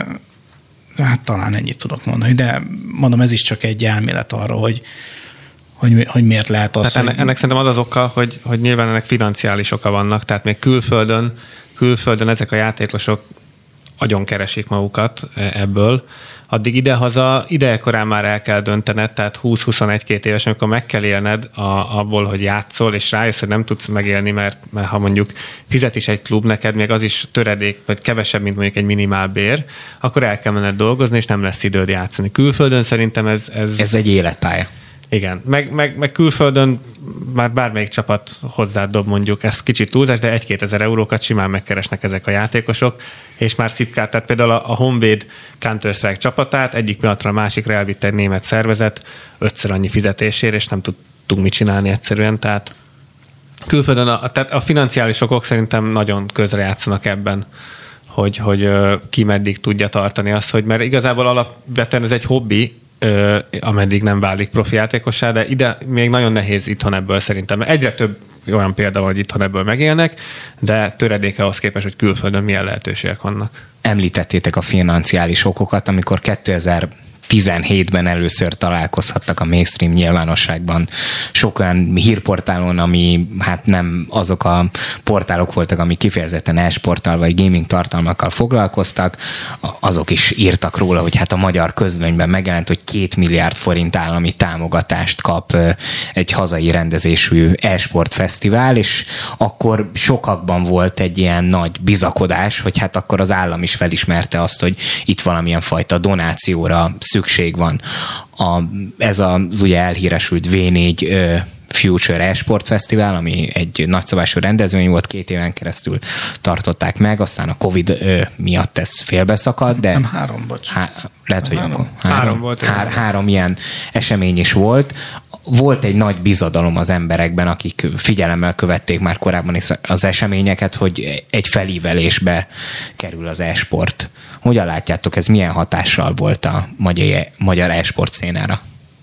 hát talán ennyit tudok mondani, de mondom, ez is csak egy elmélet arra, hogy, hogy, hogy miért lehet az, tehát ennek, ennek szerintem az az oka, hogy, hogy nyilván ennek financiális oka vannak, tehát még külföldön, külföldön ezek a játékosok agyon keresik magukat ebből, addig idehaza, idejekorán már el kell döntened, tehát húsz-huszonegy-két éves, amikor meg kell élned a, abból, hogy játszol, és rájössz, hogy nem tudsz megélni, mert, mert ha mondjuk fizet is egy klub neked, még az is töredék, vagy kevesebb, mint mondjuk egy minimálbér, akkor el kell menned dolgozni, és nem lesz időd játszani. Külföldön szerintem ez... Ez, ez egy életpálya. Igen, meg, meg, meg külföldön már bármelyik csapat hozzád dob mondjuk, ez kicsit túlzás, de egy-két ezer eurókat simán megkeresnek ezek a játékosok, és már szipkát, tehát például a Honvéd Counter-Strike csapatát egyik pillanatra a másikra elvitte egy német szervezet ötször annyi fizetésért, és nem tudtunk mit csinálni egyszerűen, tehát külföldön a, tehát a financiális okok szerintem nagyon közrejátszanak ebben, hogy, hogy ki meddig tudja tartani azt, hogy mert igazából alapvetően ez egy hobbi, Ö, ameddig nem válik profi játékossá, de ide még nagyon nehéz itthon ebből szerintem. Egyre több olyan példa van, hogy itthon ebből megélnek, de töredéke ahhoz képest, hogy külföldön milyen lehetőségek vannak. Említettétek a financiális okokat, amikor kétezer-tizenhétben először találkozhattak a mainstream nyilvánosságban sok olyan hírportálon, ami hát nem azok a portálok voltak, ami kifejezetten e-sporttal vagy gaming tartalmakkal foglalkoztak, azok is írtak róla, hogy hát a magyar közlönyben megjelent, hogy két milliárd forint állami támogatást kap egy hazai rendezésű e-sport fesztivál, és akkor sokakban volt egy ilyen nagy bizakodás, hogy hát akkor az állam is felismerte azt, hogy itt valamilyen fajta donációra szükség van. A, ez az ugye elhíresült vé négy ö, Future e-sport fesztivál, ami egy nagyszabású rendezvény volt, két éven keresztül tartották meg, aztán a Covid ö, miatt ez félbeszakadt, de... Nem három, bocs. Há, lehet, Nem hogy három. akkor három, három volt. Há, három ilyen esemény is volt. Volt egy nagy bizadalom az emberekben, akik figyelemmel követték már korábban is az eseményeket, hogy egy felívelésbe kerül az e-sport. Hogyan látjátok, ez milyen hatással volt a magyar, magyar e-sport szénára?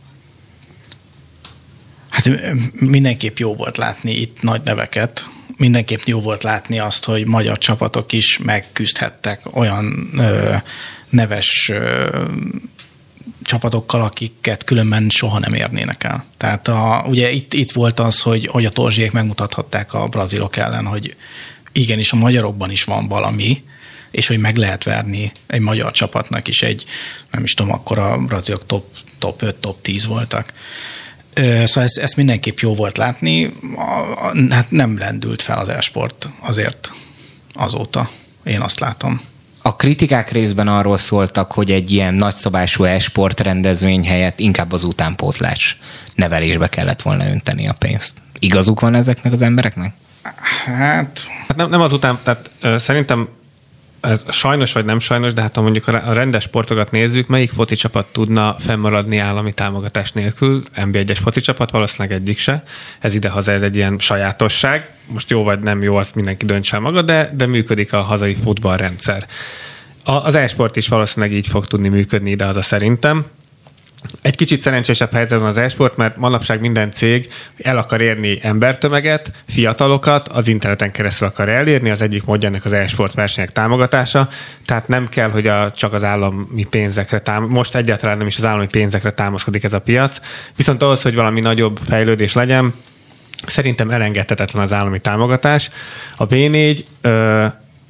Hát mindenképp jó volt látni itt nagy neveket, mindenképp jó volt látni azt, hogy magyar csapatok is megküzdhettek olyan ö, neves ö, csapatokkal, akiket különben soha nem érnének el. Tehát a, ugye itt, itt volt az, hogy, hogy a torzsiek megmutathatták a brazilok ellen, hogy igenis a magyarokban is van valami, és hogy meg lehet verni egy magyar csapatnak is egy, nem is tudom, akkor a brazilok top, top öt, top tíz voltak. Szóval ezt, ezt mindenképp jó volt látni. Hát nem lendült fel az e-sport azért azóta. Én azt látom. A kritikák részben arról szóltak, hogy egy ilyen nagyszabású e-sport rendezvény helyett inkább az utánpótlás nevelésbe kellett volna önteni a pénzt. Igazuk van ezeknek az embereknek? Hát... hát nem, nem az után, tehát ö, szerintem sajnos vagy nem sajnos, de hát ha mondjuk a rendes sportokat nézzük, melyik foci csapat tudna fennmaradni állami támogatás nélkül? en bé egyes foci csapat, valószínűleg egyik se. Ez idehaza, ez egy ilyen sajátosság. Most jó vagy nem jó, azt mindenki döntse maga, de, de működik a hazai futballrendszer. A, az e-sport is valószínűleg így fog tudni működni idehaza szerintem. Egy kicsit szerencsésebb helyzetben az e-sport, mert manapság minden cég el akar érni embertömeget, fiatalokat, az interneten keresztül akar elérni, az egyik módja ennek az e-sport versenyek támogatása, tehát nem kell, hogy a, csak az állami pénzekre támaszkodik, most egyáltalán nem is az állami pénzekre támaszkodik ez a piac, viszont ahhoz, hogy valami nagyobb fejlődés legyen, szerintem elengedhetetlen az állami támogatás. A vé négy ö,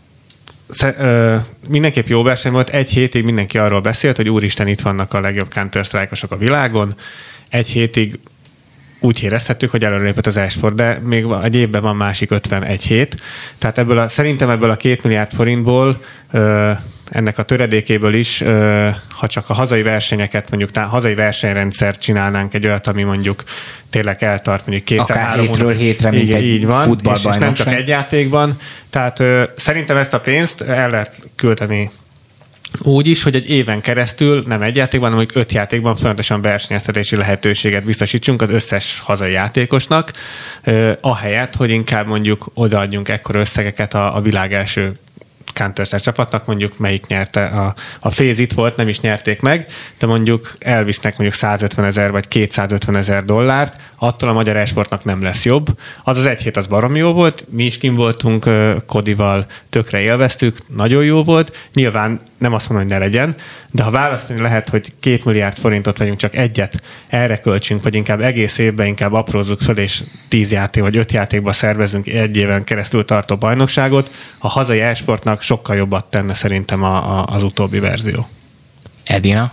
Ö, mindenképp jó verseny volt, egy hétig mindenki arról beszélt, hogy úristen, itt vannak a legjobb Counter-Strike-osok a világon, egy hétig úgy érezhettük, hogy előrelépett az e-sport, de még egy évben van másik ötvenegy hét, tehát ebből a, szerintem ebből a két milliárd forintból ö, ennek a töredékéből is, ö, ha csak a hazai versenyeket, mondjuk tá, hazai versenyrendszert csinálnánk egy olyat, ami mondjuk tényleg eltart mondjuk kétszer-három hétről hétre, mint egy így van, futballbajnokság. És, és nem csak egy játékban. Tehát ö, szerintem ezt a pénzt el lehet küldeni úgy is, hogy egy éven keresztül nem egy játékban, hanem öt játékban folyamatosan versenyeztetési lehetőséget biztosítsunk az összes hazai játékosnak, ahelyett, hogy inkább mondjuk odaadjunk ekkora összegeket a, a világ első Counter-Strike csapatnak, mondjuk melyik nyerte a, a FaZe itt volt, nem is nyerték meg, de mondjuk elvisznek mondjuk százötven ezer vagy kétszázötven ezer dollárt, attól a magyar e-sportnak nem lesz jobb. Az az egy hét az baromi jó volt, mi is kim voltunk Kodival, tökre élveztük, nagyon jó volt. Nyilván nem azt mondom, hogy ne legyen, de ha választani lehet, hogy két milliárd forintot vegyünk, csak egyet erre költsünk, vagy inkább egész évben inkább aprózzuk fel, és tíz játék vagy öt játékba szervezünk egy éven keresztül tartó bajnokságot, a hazai e-sportnak sokkal jobbat tenne szerintem a, a, az utóbbi verzió. Edina?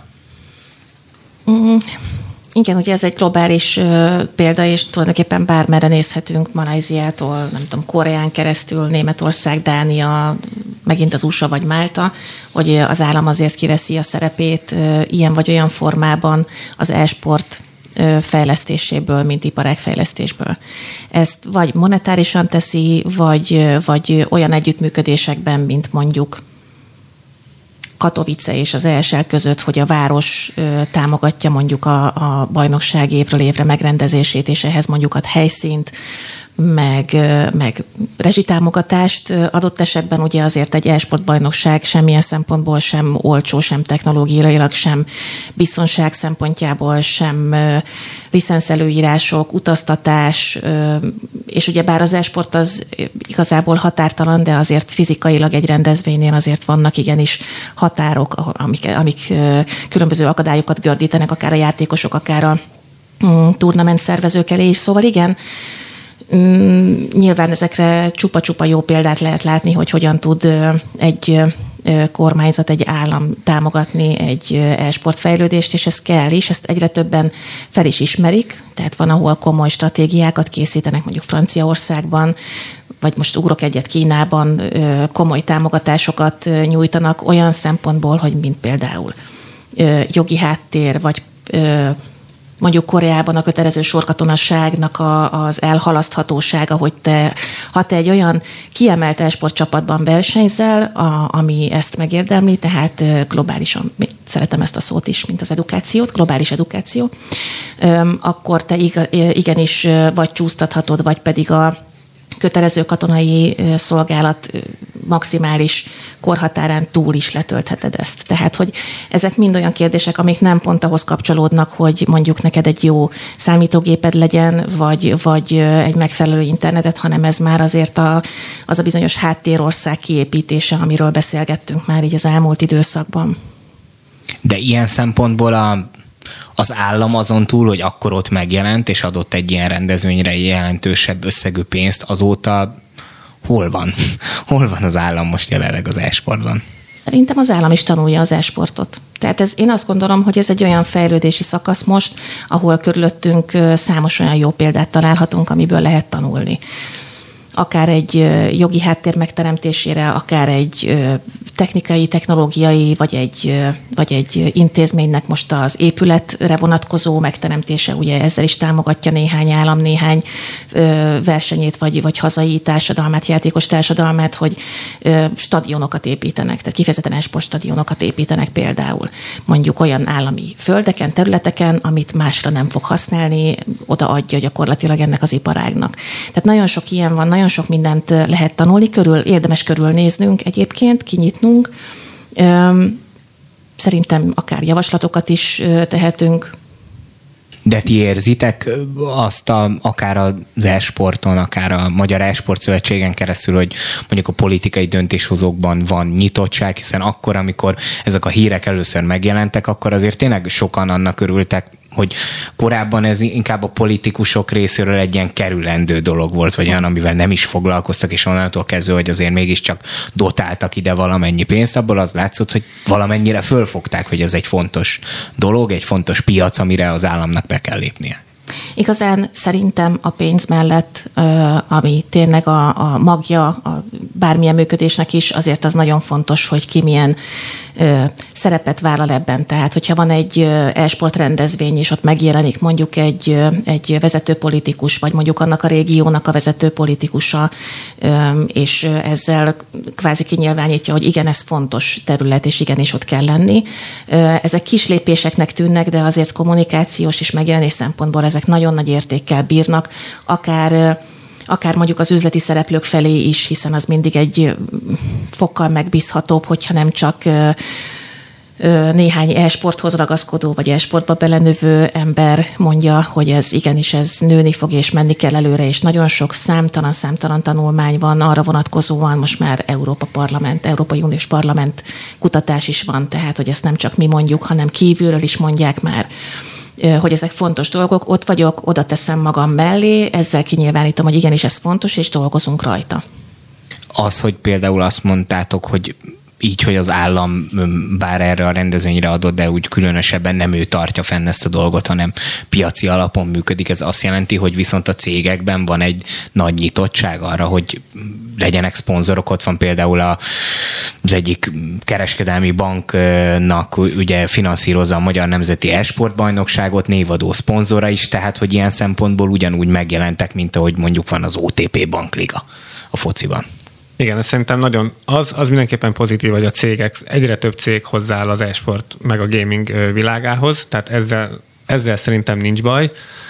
Mm. Igen, ugye ez egy globális uh, példa, és tulajdonképpen bármerre nézhetünk, Malajziától, nem tudom, Koreán keresztül, Németország, Dánia, megint az u es á vagy Málta, hogy az állam azért kiveszi a szerepét uh, ilyen vagy olyan formában az e-sport uh, fejlesztéséből, mint iparág fejlesztésből. Ezt vagy monetárisan teszi, vagy, vagy olyan együttműködésekben, mint mondjuk Katowice és az E S L között, hogy a város ö, támogatja mondjuk a, a bajnokság évről évre megrendezését, és ehhez mondjuk ad helyszínt, meg, ö, meg rezsitámogatást. Adott esetben ugye azért egy e-sport bajnokság semmilyen szempontból sem olcsó, sem technológiailag, sem biztonság szempontjából, sem ö, licenszelőírások, utaztatás, ö, és ugye bár az e-sport az igazából határtalan, de azért fizikailag egy rendezvénynél azért vannak igenis határok, amik, amik különböző akadályokat gördítenek, akár a játékosok, akár a mm, turnament szervezők elé is. Szóval igen, mm, nyilván ezekre csupa-csupa jó példát lehet látni, hogy hogyan tud egy kormányzat, egy állam támogatni egy e-sport fejlődést, és ez kell is, ezt egyre többen fel is ismerik, tehát van, ahol komoly stratégiákat készítenek, mondjuk Franciaországban, vagy most ugrok egyet, Kínában komoly támogatásokat nyújtanak olyan szempontból, hogy mint például jogi háttér, vagy mondjuk Koreában a kötelező sorkatonasságnak a, az elhalaszthatósága, hogy te, ha te egy olyan kiemelt e-sport csapatban versenyzel, a, ami ezt megérdemli, tehát globálisan, szeretem ezt a szót is, mint az edukációt, globális edukáció, akkor te igenis vagy csúsztathatod, vagy pedig a kötelező katonai szolgálat maximális korhatárán túl is letöltheted ezt. Tehát, hogy ezek mind olyan kérdések, amik nem pont ahhoz kapcsolódnak, hogy mondjuk neked egy jó számítógéped legyen, vagy, vagy egy megfelelő internetet, hanem ez már azért a, az a bizonyos háttérország kiépítése, amiről beszélgettünk már így az elmúlt időszakban. De ilyen szempontból a az állam azon túl, hogy akkor ott megjelent, és adott egy ilyen rendezvényre jelentősebb összegű pénzt, azóta hol van? Hol van az állam most jelenleg az e-sportban? Szerintem az állam is tanulja az e-sportot. Tehát ez, én azt gondolom, hogy ez egy olyan fejlődési szakasz most, ahol körülöttünk számos olyan jó példát találhatunk, amiből lehet tanulni. Akár egy jogi háttér megteremtésére, akár egy technikai, technológiai, vagy egy, vagy egy intézménynek most az épületre vonatkozó megteremtése, ugye ezzel is támogatja néhány állam, néhány versenyét, vagy, vagy hazai társadalmát, játékos társadalmát, hogy stadionokat építenek, tehát kifejezetten e-sportstadionokat építenek például. Mondjuk olyan állami földeken, területeken, amit másra nem fog használni, oda adja gyakorlatilag ennek az iparágnak. Tehát nagyon sok ilyen van, nagyon sok mindent lehet tanulni, körül, érdemes körülnéznünk egyébként, kinyitnunk. Szerintem akár javaslatokat is tehetünk. De ti érzitek azt a, akár az e-sporton, akár a Magyar E-sport Szövetségen keresztül, hogy mondjuk a politikai döntéshozókban van nyitottság, hiszen akkor, amikor ezek a hírek először megjelentek, akkor azért tényleg sokan annak örültek, hogy korábban ez inkább a politikusok részéről egy ilyen kerülendő dolog volt, vagy olyan, amivel nem is foglalkoztak, és onnantól kezdve, hogy azért mégiscsak dotáltak ide valamennyi pénzt, abból az látszott, hogy valamennyire fölfogták, hogy ez egy fontos dolog, egy fontos piac, amire az államnak be kell lépnie. Igazán szerintem a pénz mellett, ami tényleg a, a magja, a bármilyen működésnek is, azért az nagyon fontos, hogy ki milyen ö, szerepet vállal ebben. Tehát, hogyha van egy e-sport rendezvény, és ott megjelenik mondjuk egy, egy vezető politikus, vagy mondjuk annak a régiónak a vezető politikusa, ö, és ezzel kvázi kinyilvánítja, hogy igen, ez fontos terület, és igen, és ott kell lenni. Ö, ezek kis lépéseknek tűnnek, de azért kommunikációs és megjelenés szempontból ezek nagyon nagy értékkel bírnak, akár akár mondjuk az üzleti szereplők felé is, hiszen az mindig egy fokkal megbízhatóbb, hogyha nem csak néhány e-sporthoz ragaszkodó, vagy e-sportba belenövő ember mondja, hogy ez igenis ez nőni fog, és menni kell előre, és nagyon sok számtalan, számtalan tanulmány van arra vonatkozóan, most már Európa Parlament, Európai Uniós Parlament kutatás is van, tehát, hogy ezt nem csak mi mondjuk, hanem kívülről is mondják már, hogy ezek fontos dolgok, ott vagyok, oda teszem magam mellé, ezzel kinyilvánítom, hogy igenis ez fontos, és dolgozunk rajta. Az, hogy például azt mondtátok, hogy így, hogy az állam bár erre a rendezvényre adott, de úgy különösebben nem ő tartja fenn ezt a dolgot, hanem piaci alapon működik. Ez azt jelenti, hogy viszont a cégekben van egy nagy nyitottság arra, hogy legyenek szponzorok. Ott van például a, az egyik kereskedelmi banknak ugye finanszírozza a Magyar Nemzeti E-sportbajnokságot, névadó szponzora is, tehát hogy ilyen szempontból ugyanúgy megjelentek, mint ahogy mondjuk van az o té pé Bankliga a fociban. Igen, ez szerintem nagyon, az, az mindenképpen pozitív, hogy a cégek, egyre több cég hozzááll az e-sport meg a gaming világához, tehát ezzel, ezzel szerintem nincs baj.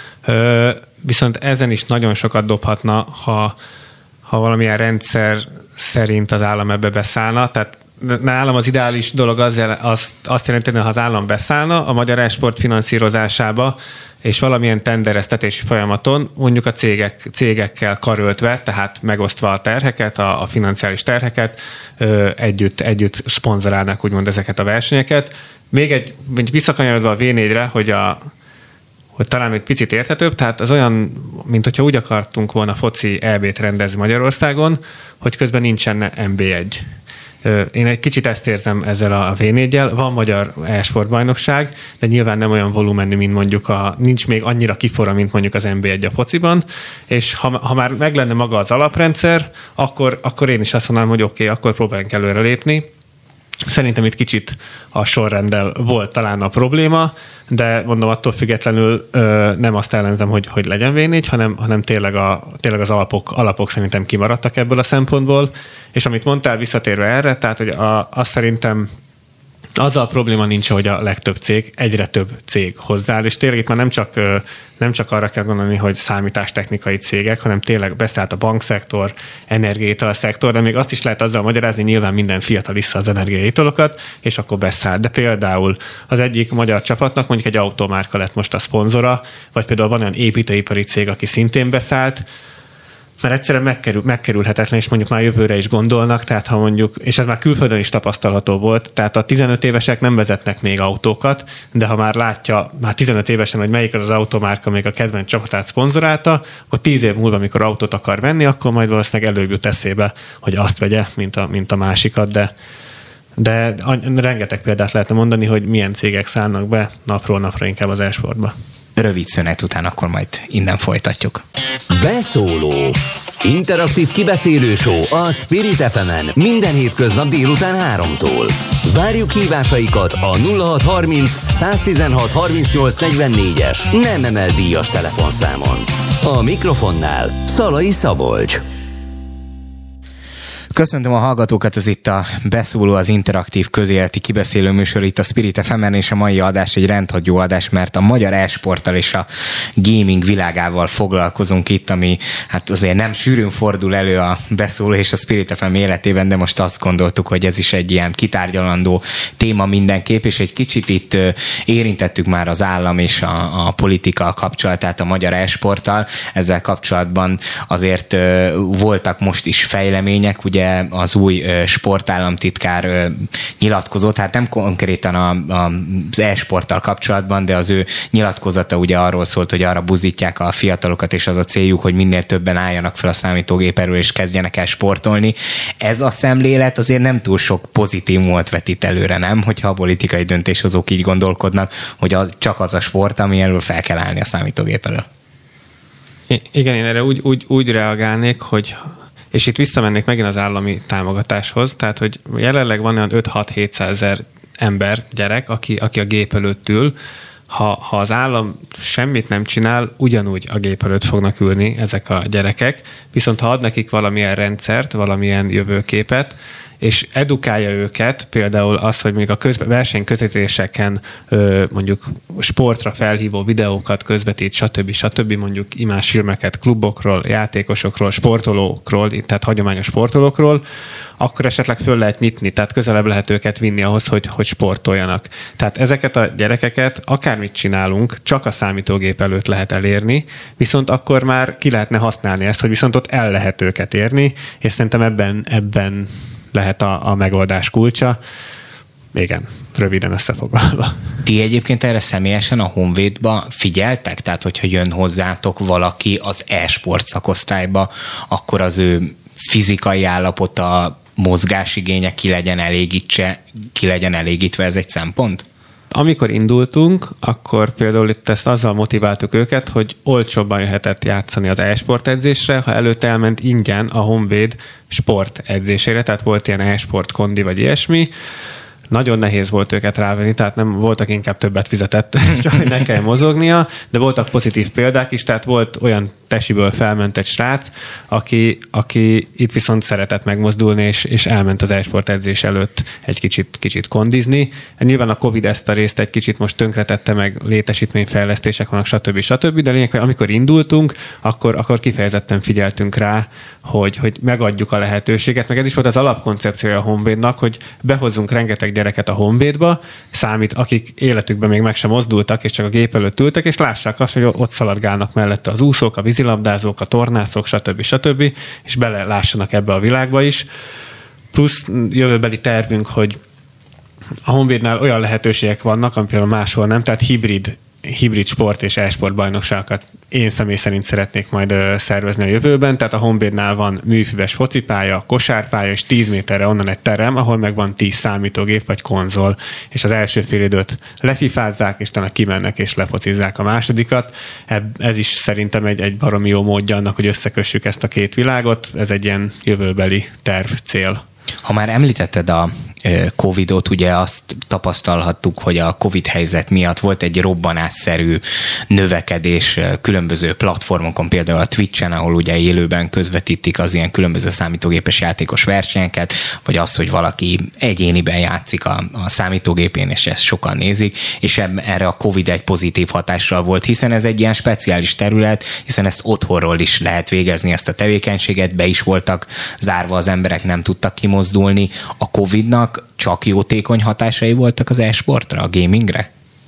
Viszont ezen is nagyon sokat dobhatna, ha, ha valamilyen rendszer szerint az állam ebbe beszállna, tehát nálam az ideális dolog az, azt, azt jelenteni, ha az állam beszállna a magyar e-sport finanszírozásába, és valamilyen tendereztetési folyamaton, mondjuk a cégek, cégekkel karöltve, tehát megosztva a terheket, a, a financiális terheket, ö, együtt, együtt szponzorálnak úgymond ezeket a versenyeket. Még egy, visszakanyarodva a vé négyre, hogy, a, hogy talán egy picit érthetőbb, tehát az olyan, mint hogyha úgy akartunk volna foci é bét rendezni Magyarországon, hogy közben nincsen en bé egy. Én egy kicsit ezt érzem ezzel a vé néggyel. Van magyar e-sportbajnokság, de nyilván nem olyan volumenű, mint mondjuk a, nincs még annyira kifora, mint mondjuk az en bé egy a fociban, és ha, ha már meg lenne maga az alaprendszer, akkor, akkor én is azt mondanám, hogy oké, okay, akkor próbáljunk előre lépni. Szerintem itt kicsit a sorrenddel volt talán a probléma, de mondom, attól függetlenül ö, nem azt ellenzem, hogy, hogy legyen vé négy, hanem, hanem tényleg, a, tényleg az alapok, alapok szerintem kimaradtak ebből a szempontból. És amit mondtál, visszatérve erre, tehát hogy a, azt szerintem azzal a probléma nincs, hogy a legtöbb cég, egyre több cég hozzááll, és tényleg itt már nem csak, nem csak arra kell gondolni, hogy számítástechnikai cégek, hanem tényleg beszállt a bankszektor, energiaital-szektor, de még azt is lehet azzal magyarázni, nyilván minden fiatal issza az energiaitalokat, és akkor beszáll. De például az egyik magyar csapatnak mondjuk egy automárka lett most a szponzora, vagy például van olyan építőipari cég, aki szintén beszállt, mert egyszerűen megkerül, megkerülhetetlen, és mondjuk már jövőre is gondolnak, tehát ha mondjuk, és ez már külföldön is tapasztalható volt, tehát a tizenöt évesek nem vezetnek még autókat, de ha már látja, már tizenöt évesen, hogy melyik az az automárka még a kedvenc csapatát szponzorálta, akkor tíz év múlva, amikor autót akar venni, akkor majd valószínűleg előbb jut eszébe, hogy azt vegye, mint a, mint a másikat, de de rengeteg példát lehetne mondani, hogy milyen cégek szállnak be napról napra inkább az e-sportba. Rövid szünet után akkor majd innen folytatjuk. Beszóló. Interaktív kibeszélő show a Spirit ef emen minden hétköznap délután háromtól. Várjuk hívásaikat a nulla hat harminc száztizenhat harmincnyolc negyvennégyes nem emel díjas telefonszámon. A mikrofonnál Szalai Szabolcs. Köszöntöm a hallgatókat, ez itt a Beszóló, az interaktív közéleti kibeszélő műsor itt a Spirit ef emen, és a mai adás egy rendhagyó adás, mert a magyar e-sporttal és a gaming világával foglalkozunk itt, ami hát azért nem sűrűn fordul elő a Beszóló és a Spirit ef em életében, de most azt gondoltuk, hogy ez is egy ilyen kitárgyalandó téma mindenképp, és egy kicsit itt érintettük már az állam és a, a politika kapcsolatát a magyar e-sporttal. Ezzel kapcsolatban azért voltak most is fejlemények, ugye az új sportállamtitkár nyilatkozott, hát nem konkrétan a, a, az e-sporttal kapcsolatban, de az ő nyilatkozata ugye arról szólt, hogy arra buzítják a fiatalokat, és az a céljuk, hogy minél többen álljanak fel a számítógép elől, és kezdjenek el sportolni. Ez a szemlélet azért nem túl sok pozitívumot vetít előre, nem? Hogyha a politikai döntéshozók így gondolkodnak, hogy a, csak az a sport, ami elől fel kell állni a számítógép elől. Igen, én erre úgy, úgy, úgy reagálnék, hogy És itt visszamennék megint az állami támogatáshoz, tehát hogy jelenleg van olyan öt-hat-hétszázezer ember, gyerek, aki, aki a gép előtt ül. Ha, ha az állam semmit nem csinál, ugyanúgy a gép előtt fognak ülni ezek a gyerekek, viszont ha ad nekik valamilyen rendszert, valamilyen jövőképet, és edukálja őket, például az, hogy mondjuk a közbe, versenyközvetítéseken mondjuk sportra felhívó videókat közvetít, stb. stb. Mondjuk imásfilmeket klubokról, játékosokról, sportolókról, tehát hagyományos sportolókról, akkor esetleg föl lehet nyitni, tehát közelebb lehet őket vinni ahhoz, hogy, hogy sportoljanak. Tehát ezeket a gyerekeket akármit csinálunk, csak a számítógép előtt lehet elérni, viszont akkor már ki lehetne használni ezt, hogy viszont ott el lehet őket érni, és szerintem ebben, ebben lehet a, a megoldás kulcsa. Igen, röviden összefoglalva. Ti egyébként erre személyesen a Honvédba figyeltek? Tehát, hogyha jön hozzátok valaki az e-sport szakosztályba, akkor az ő fizikai állapota, mozgásigénye ki legyen elégítse, ki legyen elégítve, ez egy szempont? Amikor indultunk, akkor például itt ezt azzal motiváltuk őket, hogy olcsóbban jöhetett játszani az e-sport edzésre, ha előtte elment ingyen a Honvéd sport edzésére, tehát volt ilyen e-sport kondi vagy ilyesmi. Nagyon nehéz volt őket rávenni, tehát nem voltak, inkább többet fizetett, csak hogy ne kell mozognia, de voltak pozitív példák is, tehát volt olyan tesiből felment egy srác, aki, aki itt viszont szeretett megmozdulni, és, és elment az e-sport edzés előtt egy kicsit, kicsit kondizni. Nyilván a Covid ezt a részt egy kicsit most tönkretette, meg létesítményfejlesztések vannak, stb. stb. De lényeg, hogy amikor indultunk, akkor, akkor kifejezetten figyeltünk rá, hogy, hogy megadjuk a lehetőséget, meg ez is volt az alapkoncepciója a Honvédnak, hogy behozzunk rengeteg gyereket a Honvédba, számít, akik életükben még meg sem mozdultak, és csak a gép előtt ültek, és lássák azt, hogy ott szaladgálnak mellette az úszók, a vízilabdázók, a tornászok, stb. stb. És belelássanak ebbe a világba is. Plusz jövőbeli tervünk, hogy a Honvédnál olyan lehetőségek vannak, ami például máshol nem, tehát hibrid, hibrid sport és e-sport bajnokságokat én személy szerint szeretnék majd ö, szervezni a jövőben, tehát a Honvédnál van műfüves focipálya, kosárpálya, és tíz méterre onnan egy terem, ahol meg van tíz számítógép vagy konzol, és az első fél időt lefifázzák, és talán kimennek és lepocizzák a másodikat. Ez is szerintem egy, egy baromi jó módja annak, hogy összekössük ezt a két világot, ez egy ilyen jövőbeli terv, cél. Ha már említetted a Covidot, ugye azt tapasztalhattuk, hogy a Covid helyzet miatt volt egy robbanásszerű növekedés különböző platformokon, például a Twitchen, ahol ugye élőben közvetítik az ilyen különböző számítógépes játékos versenyeket, vagy az, hogy valaki egyéniben játszik a, a számítógépén, és ezt sokan nézik, és eb, erre a Covid egy pozitív hatással volt, hiszen ez egy ilyen speciális terület, hiszen ezt otthonról is lehet végezni, ezt a tevékenységet, be is voltak zárva az emberek, nem tudtak kimozdulni. A Covidnak csak jótékony hatásai voltak az e-sportra, a gamingre?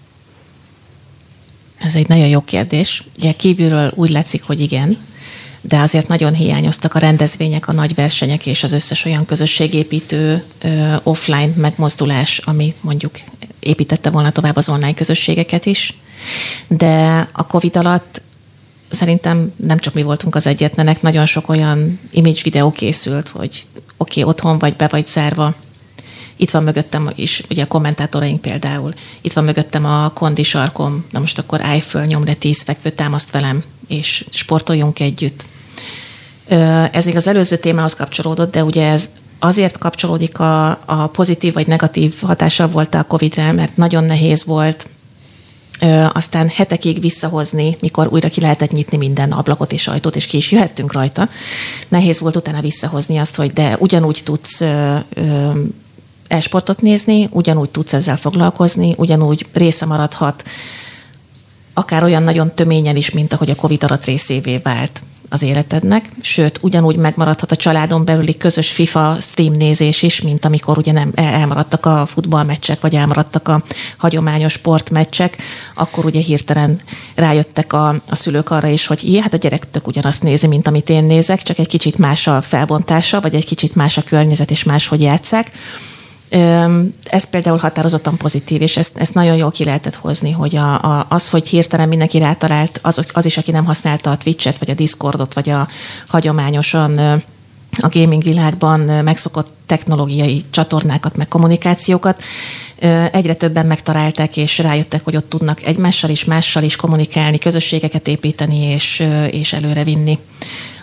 Ez egy nagyon jó kérdés. Ugye kívülről úgy látszik, hogy igen, de azért nagyon hiányoztak a rendezvények, a nagy versenyek és az összes olyan közösségépítő ö, offline megmozdulás, ami mondjuk építette volna tovább az online közösségeket is. De a Covid alatt szerintem nem csak mi voltunk az egyetlenek, nagyon sok olyan image videó készült, hogy oké, okay, otthon vagy, be vagy zárva. Itt van mögöttem is, ugye a kommentátoraink például, itt van mögöttem a kondi sarkom, na most akkor állj föl, nyomd le tíz fekvőt, támaszt velem, és sportoljunk együtt. Ez még az előző témához kapcsolódott, de ugye ez azért kapcsolódik a, a pozitív vagy negatív hatása volt a Covidre, mert nagyon nehéz volt aztán hetekig visszahozni, mikor újra ki lehetett nyitni minden ablakot és ajtót, és ki is jöhettünk rajta. Nehéz volt utána visszahozni azt, hogy de ugyanúgy tudsz ö, ö, e-sportot nézni, ugyanúgy tudsz ezzel foglalkozni, ugyanúgy része maradhat, akár olyan nagyon töményen is, mint ahogy a Covid alatt részévé vált az életednek, sőt, ugyanúgy megmaradhat a családon belüli közös FIFA stream nézés is, mint amikor ugye nem elmaradtak a futballmeccsek, vagy elmaradtak a hagyományos sportmeccsek, akkor ugye hirtelen rájöttek a, a szülők arra is, hogy ilyen, hát a gyerek tök ugyanazt nézi, mint amit én nézek, csak egy kicsit más a felbontása, vagy egy kicsit más a környezet, és máshogy játsszák. Ez például határozottan pozitív, és ezt, ezt nagyon jól ki lehetett hozni, hogy a, a, az, hogy hirtelen mindenki rátalált, az, az is, aki nem használta a Twitch-et, vagy a Discordot, vagy a hagyományosan a gaming világban megszokott technológiai csatornákat, meg kommunikációkat, egyre többen megtalálták, és rájöttek, hogy ott tudnak egymással is, mással is kommunikálni, közösségeket építeni, és, és előre vinni.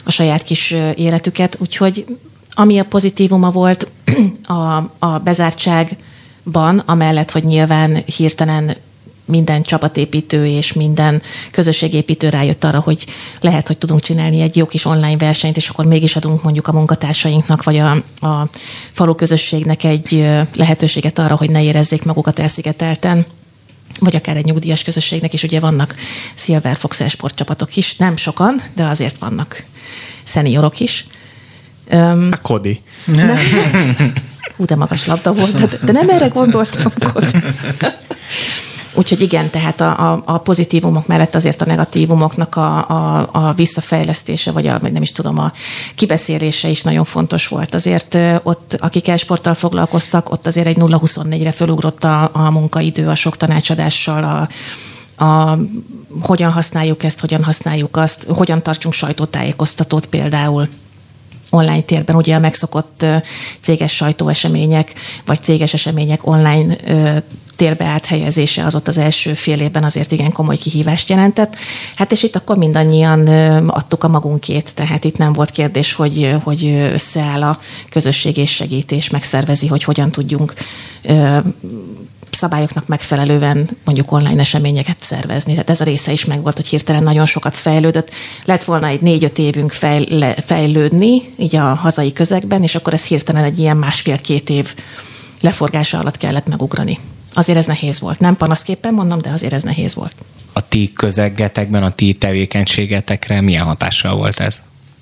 a saját kis életüket, úgyhogy ami a pozitívuma volt a, a bezártságban, amellett, hogy nyilván hirtelen minden csapatépítő és minden közösségépítő rájött arra, hogy lehet, hogy tudunk csinálni egy jó kis online versenyt, és akkor mégis adunk mondjuk a munkatársainknak, vagy a, a falu közösségnek egy lehetőséget arra, hogy ne érezzék magukat elszigetelten, vagy akár egy nyugdíjas közösségnek is, ugye vannak Silver Fox e-sportcsapatok is, nem sokan, de azért vannak szeniorok is. Um, a Kodi. Hú, de magas labda volt, de, de nem erre gondoltam, Kodi. Úgyhogy igen, tehát a, a, a pozitívumok mellett azért a negatívumoknak a, a, a visszafejlesztése, vagy a, nem is tudom, a kibeszélése is nagyon fontos volt. Azért ott, akik e-sporttal foglalkoztak, ott azért egy nulla huszonnégyre fölugrott a, a munkaidő a sok tanácsadással, a, a hogyan használjuk ezt, hogyan használjuk azt, hogyan tartsunk sajtótájékoztatót például online térben, ugye a megszokott céges sajtóesemények, vagy céges események online térbe áthelyezése az ott az első fél évben azért igen komoly kihívást jelentett. Hát és itt akkor mindannyian adtuk a magunkét, tehát itt nem volt kérdés, hogy, hogy összeáll a közösség és segít, és megszervezi, hogy hogyan tudjunk szabályoknak megfelelően mondjuk online eseményeket szervezni. Tehát ez a része is megvolt, hogy hirtelen nagyon sokat fejlődött. Lett volna egy négy-öt évünk fejl- fejlődni így a hazai közegben, és akkor ez hirtelen egy ilyen másfél-két év leforgása alatt kellett megugrani. Azért ez nehéz volt. Nem panaszképpen mondom, de azért ez nehéz volt. A ti közegetekben, a ti tevékenységetekre milyen hatással volt ez?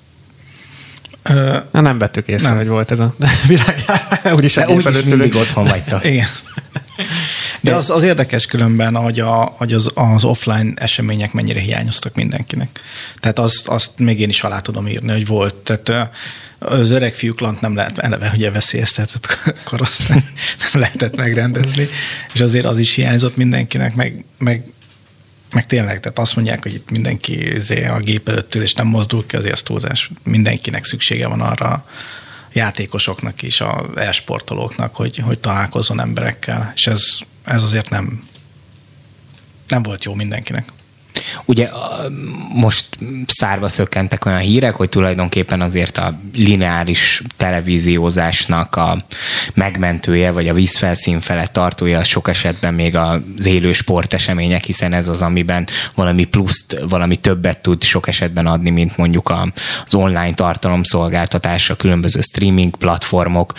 Ö, Na, nem vettük észre, nem. hogy volt ez a világjárvány. Úgyis, úgyis mindig otthon vagytok. Igen. De az, az érdekes különben, hogy, a, hogy az, az offline események mennyire hiányoztak mindenkinek. Tehát azt, azt még én is alá tudom írni, hogy volt. Tehát az öreg fiúklant nem lehet eleve, ugye veszélyeztetett korosztály, nem lehetett megrendezni, és azért az is hiányzott mindenkinek, meg, meg, meg tényleg, tehát azt mondják, hogy itt mindenki a gép előtt ül, és nem mozdul ki, azért az túlzás. Mindenkinek szüksége van arra a játékosoknak is, a e-sportolóknak, hogy, hogy találkozzon emberekkel, és ez, ez azért nem, nem volt jó mindenkinek. Ugye most szárba szökkentek olyan hírek, hogy tulajdonképpen azért a lineáris televíziózásnak a megmentője, vagy a vízfelszín felett tartója sok esetben még az élő sportesemények, hiszen ez az, amiben valami pluszt, valami többet tud sok esetben adni, mint mondjuk az online tartalomszolgáltatás, a különböző streaming platformok.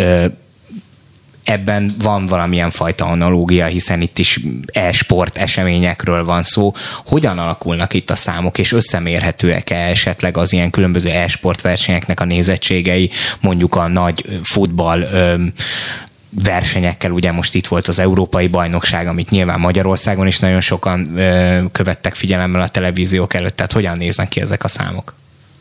Ebben van valamilyen fajta analógia, hiszen itt is e-sport eseményekről van szó. Hogyan alakulnak itt a számok, és összemérhetőek-e esetleg az ilyen különböző e-sport versenyeknek a nézettségei, mondjuk a nagy futball ö, versenyekkel? Ugye most itt volt az Európai Bajnokság, amit nyilván Magyarországon is nagyon sokan ö, követtek figyelemmel a televíziók előtt, tehát hogyan néznek ki ezek a számok?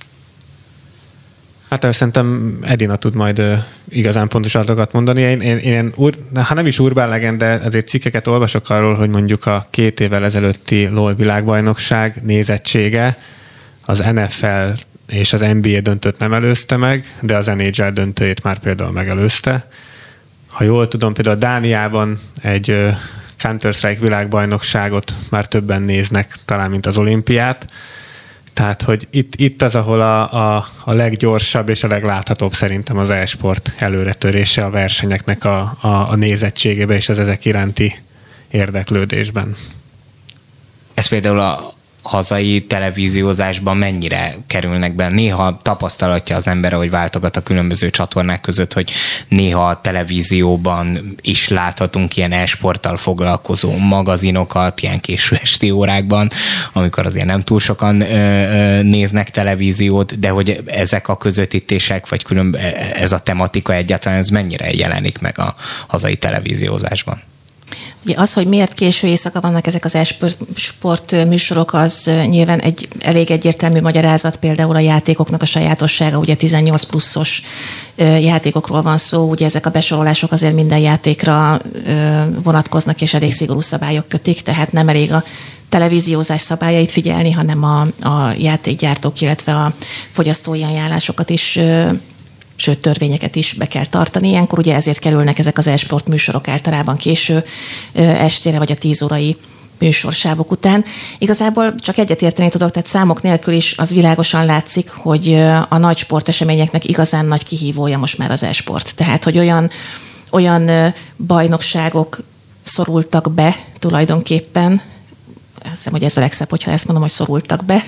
Hát szerintem Edina tud majd uh, igazán pontos adatokat mondani. Én, én, én ur, ha nem is urbán legend, de azért cikkeket olvasok arról, hogy mondjuk a két évvel ezelőtti LOL világbajnokság nézettsége az en ef el és az en bé á döntőt nem előzte meg, de az en há el döntőjét már például megelőzte. Ha jól tudom, például Dániában egy uh, Counter-Strike világbajnokságot már többen néznek talán, mint az olimpiát. Tehát, hogy itt, itt az, ahol a, a, a leggyorsabb és a legláthatóbb szerintem az e-sport előretörése a versenyeknek a, a, a nézettségében és az ezek iránti érdeklődésben. Ez például a hazai televíziózásban mennyire kerülnek be? Néha tapasztalatja az ember, hogy váltogat a különböző csatornák között, hogy néha a televízióban is láthatunk ilyen e-sporttal foglalkozó magazinokat, ilyen késő esti órákban, amikor azért nem túl sokan ö, ö, néznek televíziót, de hogy ezek a közvetítések, vagy külön, ez a tematika egyáltalán, ez mennyire jelenik meg a hazai televíziózásban? Ugye az, hogy miért késő éjszaka vannak ezek az e-sport műsorok, az nyilván egy elég egyértelmű magyarázat, például a játékoknak a sajátossága, ugye tizennyolc pluszos játékokról van szó, ugye ezek a besorolások azért minden játékra vonatkoznak, és elég szigorú szabályok kötik, tehát nem elég a televíziózás szabályait figyelni, hanem a, a játékgyártók, illetve a fogyasztói ajánlásokat is, sőt törvényeket is be kell tartani. Ilyenkor ugye ezért kerülnek ezek az e-sport műsorok általában késő estére, vagy a tíz órai műsorsávok után. Igazából csak egyet érteni tudok, tehát számok nélkül is az világosan látszik, hogy a nagy sporteseményeknek igazán nagy kihívója most már az e-sport. Tehát, hogy olyan, olyan bajnokságok szorultak be tulajdonképpen, azt hiszem, hogy ez a legszebb, hogyha ezt mondom, hogy szorultak be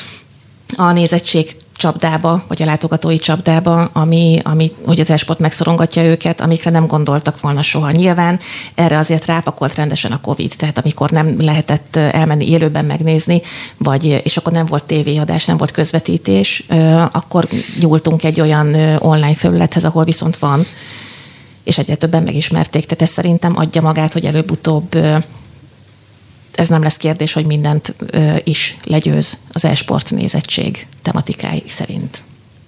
a nézettség csapdába, vagy a látogatói csapdába, ami, ami hogy az e-sport megszorongatja őket, amikre nem gondoltak volna soha. Nyilván erre azért rápakolt rendesen a Covid, tehát amikor nem lehetett elmenni élőben megnézni, vagy, és akkor nem volt tévéadás, nem volt közvetítés, akkor nyúltunk egy olyan online felülethez, ahol viszont van, és egyre többen megismerték. Tehát ez szerintem adja magát, hogy előbb-utóbb ez nem lesz kérdés, hogy mindent ö, is legyőz az e-sport nézettség tematikáig szerint.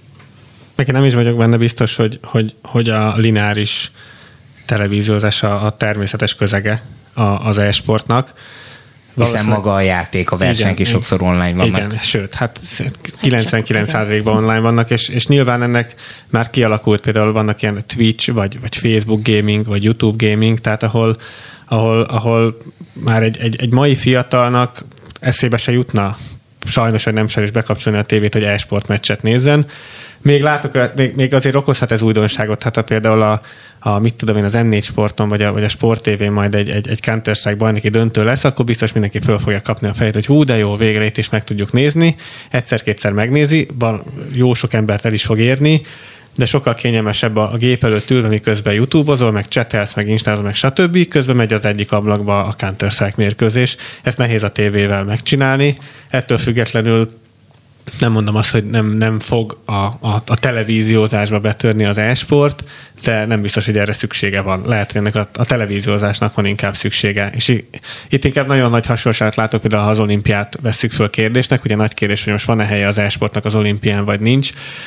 Neki nem is vagyok benne biztos, hogy, hogy, hogy a lineáris televíziózás a, a természetes közege a, az e-sportnak. Hiszen maga a játék, a versenyek is sokszor online vannak. Igen, sőt, hát kilencvenkilenc százalékban online vannak, és, és nyilván ennek már kialakult, például vannak ilyen Twitch, vagy, vagy Facebook gaming, vagy YouTube gaming, tehát ahol ahol, ahol már egy, egy, egy mai fiatalnak eszébe se jutna, sajnos, hogy nem sem is bekapcsolni a tévét, hogy e-sport meccset nézzen. Még látok, még, még azért okozhat ez újdonságot, hát ha például a, a mit tudom én, az em négy Sporton, vagy a, vagy a Sport té vén majd egy, egy, egy Counter-Strike bajnoki döntő lesz, akkor biztos mindenki föl fogja kapni a fejét, hogy hú, de jó, végre itt is meg tudjuk nézni. Egyszer-kétszer megnézi, jó sok embert el is fog érni, de sokkal kényelmesebb a, a gép előtt ülve, miközben YouTube-ozol, meg csetelsz, meg instázol, meg stb. Közben megy az egyik ablakba a Counter-Strike mérkőzés. Ezt nehéz a tévével megcsinálni. Ettől függetlenül nem mondom azt, hogy nem, nem fog a, a, a televíziózásba betörni az e-sport, de nem biztos, hogy erre szüksége van. Lehet, hogy ennek a, a televíziózásnak van inkább szüksége. És itt inkább nagyon nagy hasonlóságot látok, például ha az olimpiát vesszük föl kérdésnek. Ugye nagy kérdés, hogy most van-e helye az e-sportnak az olimpián, vagy nincs,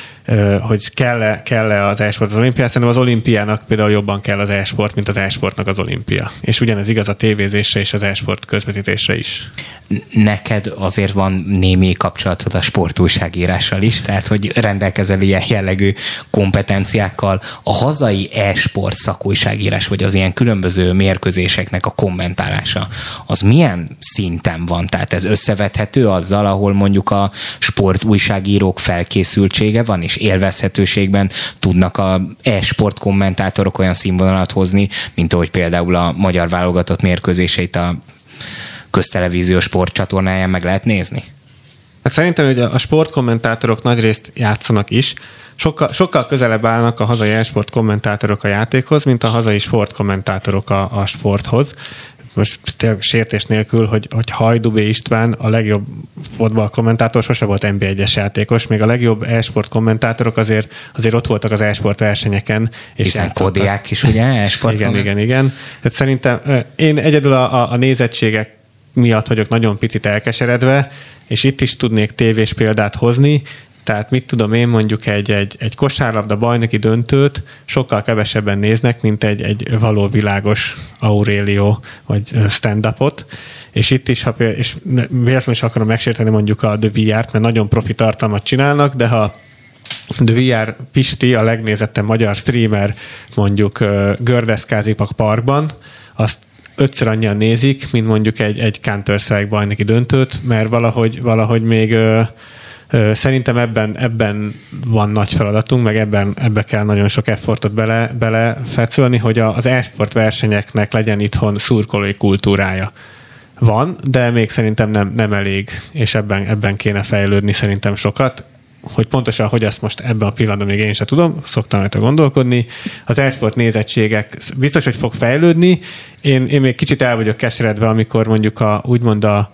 hogy kell-e, kell-e az e-sport az olimpián. Szerintem az olimpiának például jobban kell az e-sport, mint az e-sportnak az olimpia. És ugyanez igaz a tévézésre és az e-sport közvetítésre is. Neked azért van némi kapcsolatod a sportújságírással is, tehát hogy rendelkezel ilyen jellegű kompetenciákkal. A hazai e-sport szakújságírás, vagy az ilyen különböző mérkőzéseknek a kommentálása, az milyen szinten van? Tehát ez összevethető azzal, ahol mondjuk a sportújságírók felkészültsége van, és élvezhetőségben tudnak a e-sport kommentátorok olyan színvonalat hozni, mint ahogy például a magyar válogatott mérkőzéseit a köztelevíziós sportcsatornáján meg lehet nézni? Hát szerintem, hogy a sportkommentátorok nagyrészt játszanak is. Sokkal, sokkal közelebb állnak a hazai e-sport kommentátorok a játékhoz, mint a hazai sportkommentátorok a, a sporthoz. Most tényleg sértés nélkül, hogy, hogy Hajdubé István a legjobb fotball kommentátor, sose volt en bé egyes játékos, még a legjobb e-sport kommentátorok azért, azért ott voltak az e-sport versenyeken. És hiszen Kodiák is ugye e-sport. Igen, igen, igen. Tehát szerintem én egyedül a, a, a nézettségek miatt vagyok nagyon picit elkeseredve, és itt is tudnék tévés példát hozni, tehát mit tudom én, mondjuk egy, egy, egy kosárlabda bajnoki döntőt sokkal kevesebben néznek, mint egy, egy való világos Aurélio vagy stand-upot, és itt is, ha például, és véletlenül is akarom megsérteni mondjuk a The vé er-t, mert nagyon profi tartalmat csinálnak, de ha The vé er Pisti, a legnézettebb magyar streamer mondjuk gördeszkázik a parkban, azt ötször annyian nézik, mint mondjuk egy, egy Counter-Strike bajnoki döntőt, mert valahogy, valahogy még ö, ö, szerintem ebben, ebben van nagy feladatunk, meg ebben, ebbe kell nagyon sok effortot bele, belefetszölni, hogy az e-sport versenyeknek legyen itthon szurkolói kultúrája. Van, de még szerintem nem, nem elég, és ebben, ebben kéne fejlődni szerintem sokat. Hogy pontosan, hogy azt most ebben a pillanatban még én sem tudom, szoktam rajta gondolkodni. Az e-sport nézettségek biztos, hogy fog fejlődni. Én, én még kicsit el vagyok keseredve, amikor mondjuk a, úgymond a,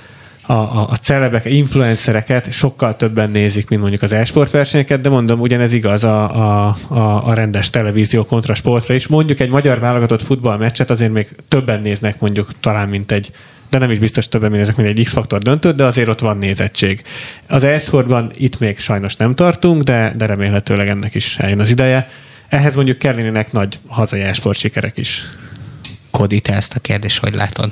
a, a, a celebek, influencereket sokkal többen nézik, mint mondjuk az e-sport versenyeket, de mondom, ugyanez igaz a, a, a, a rendes televízió kontra sportra is. Mondjuk egy magyar válogatott futballmeccset azért még többen néznek mondjuk talán, mint egy, de nem is biztos többen nézek, mint egy X-faktor döntőt, de azért ott van nézettség. Az e-sportban itt még sajnos nem tartunk, de, de remélhetőleg ennek is eljön az ideje. Ehhez mondjuk kellenének nagy hazai e-sport sikerek is. Kodi, te ezt a kérdést hogy látod?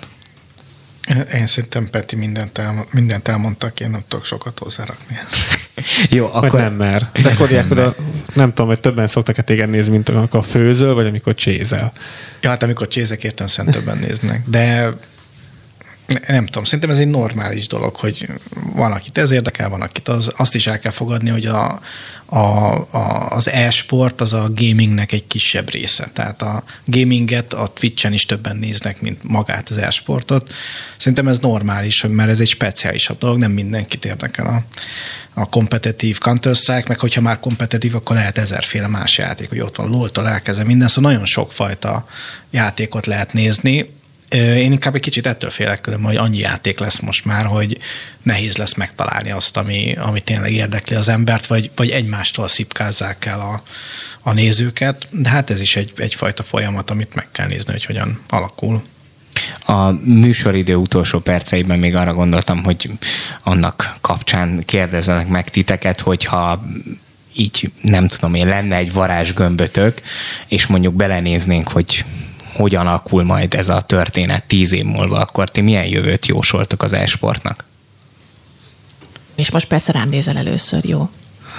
Én szerintem Peti mindent, el, mindent elmondtak, én nem tudok sokat hozzárakni. Jó, akkor... Vagy nem mer. De Kodiák, nem, nem tudom, hogy többen szoktak-e téged nézni, mint amikor főzöl, vagy amikor csézel. Ja, hát amikor csézek, értem szerint többen néznek. De Nem tudom, szerintem ez egy normális dolog, hogy van, akit ez érdekel, van, akit az, azt is el kell fogadni, hogy a, a, a, az e-sport az a gamingnek egy kisebb része. Tehát a gaminget a Twitchen is többen néznek, mint magát az e-sportot. Szerintem ez normális, mert ez egy speciálisabb dolog, nem mindenkit érdekel a, a kompetitív Counter-Strike, meg hogyha már kompetitív, akkor lehet ezerféle más játék, hogy ott van LoL-tól elkezdve minden, szóval nagyon sokfajta játékot lehet nézni. Én inkább egy kicsit ettől félek külön, hogy annyi játék lesz most már, hogy nehéz lesz megtalálni azt, ami, ami tényleg érdekli az embert, vagy, vagy egymástól szipkázzák el a, a nézőket, de hát ez is egy, egyfajta folyamat, amit meg kell nézni, hogy hogyan alakul. A műsoridő utolsó perceiben még arra gondoltam, hogy annak kapcsán kérdezelek meg titeket, hogyha így nem tudom én, lenne egy varázsgömbötök, és mondjuk belenéznénk, hogy hogyan alakul majd ez a történet tíz év múlva, akkor ti milyen jövőt jósoltok az e-sportnak? És most persze rám nézel először, jó?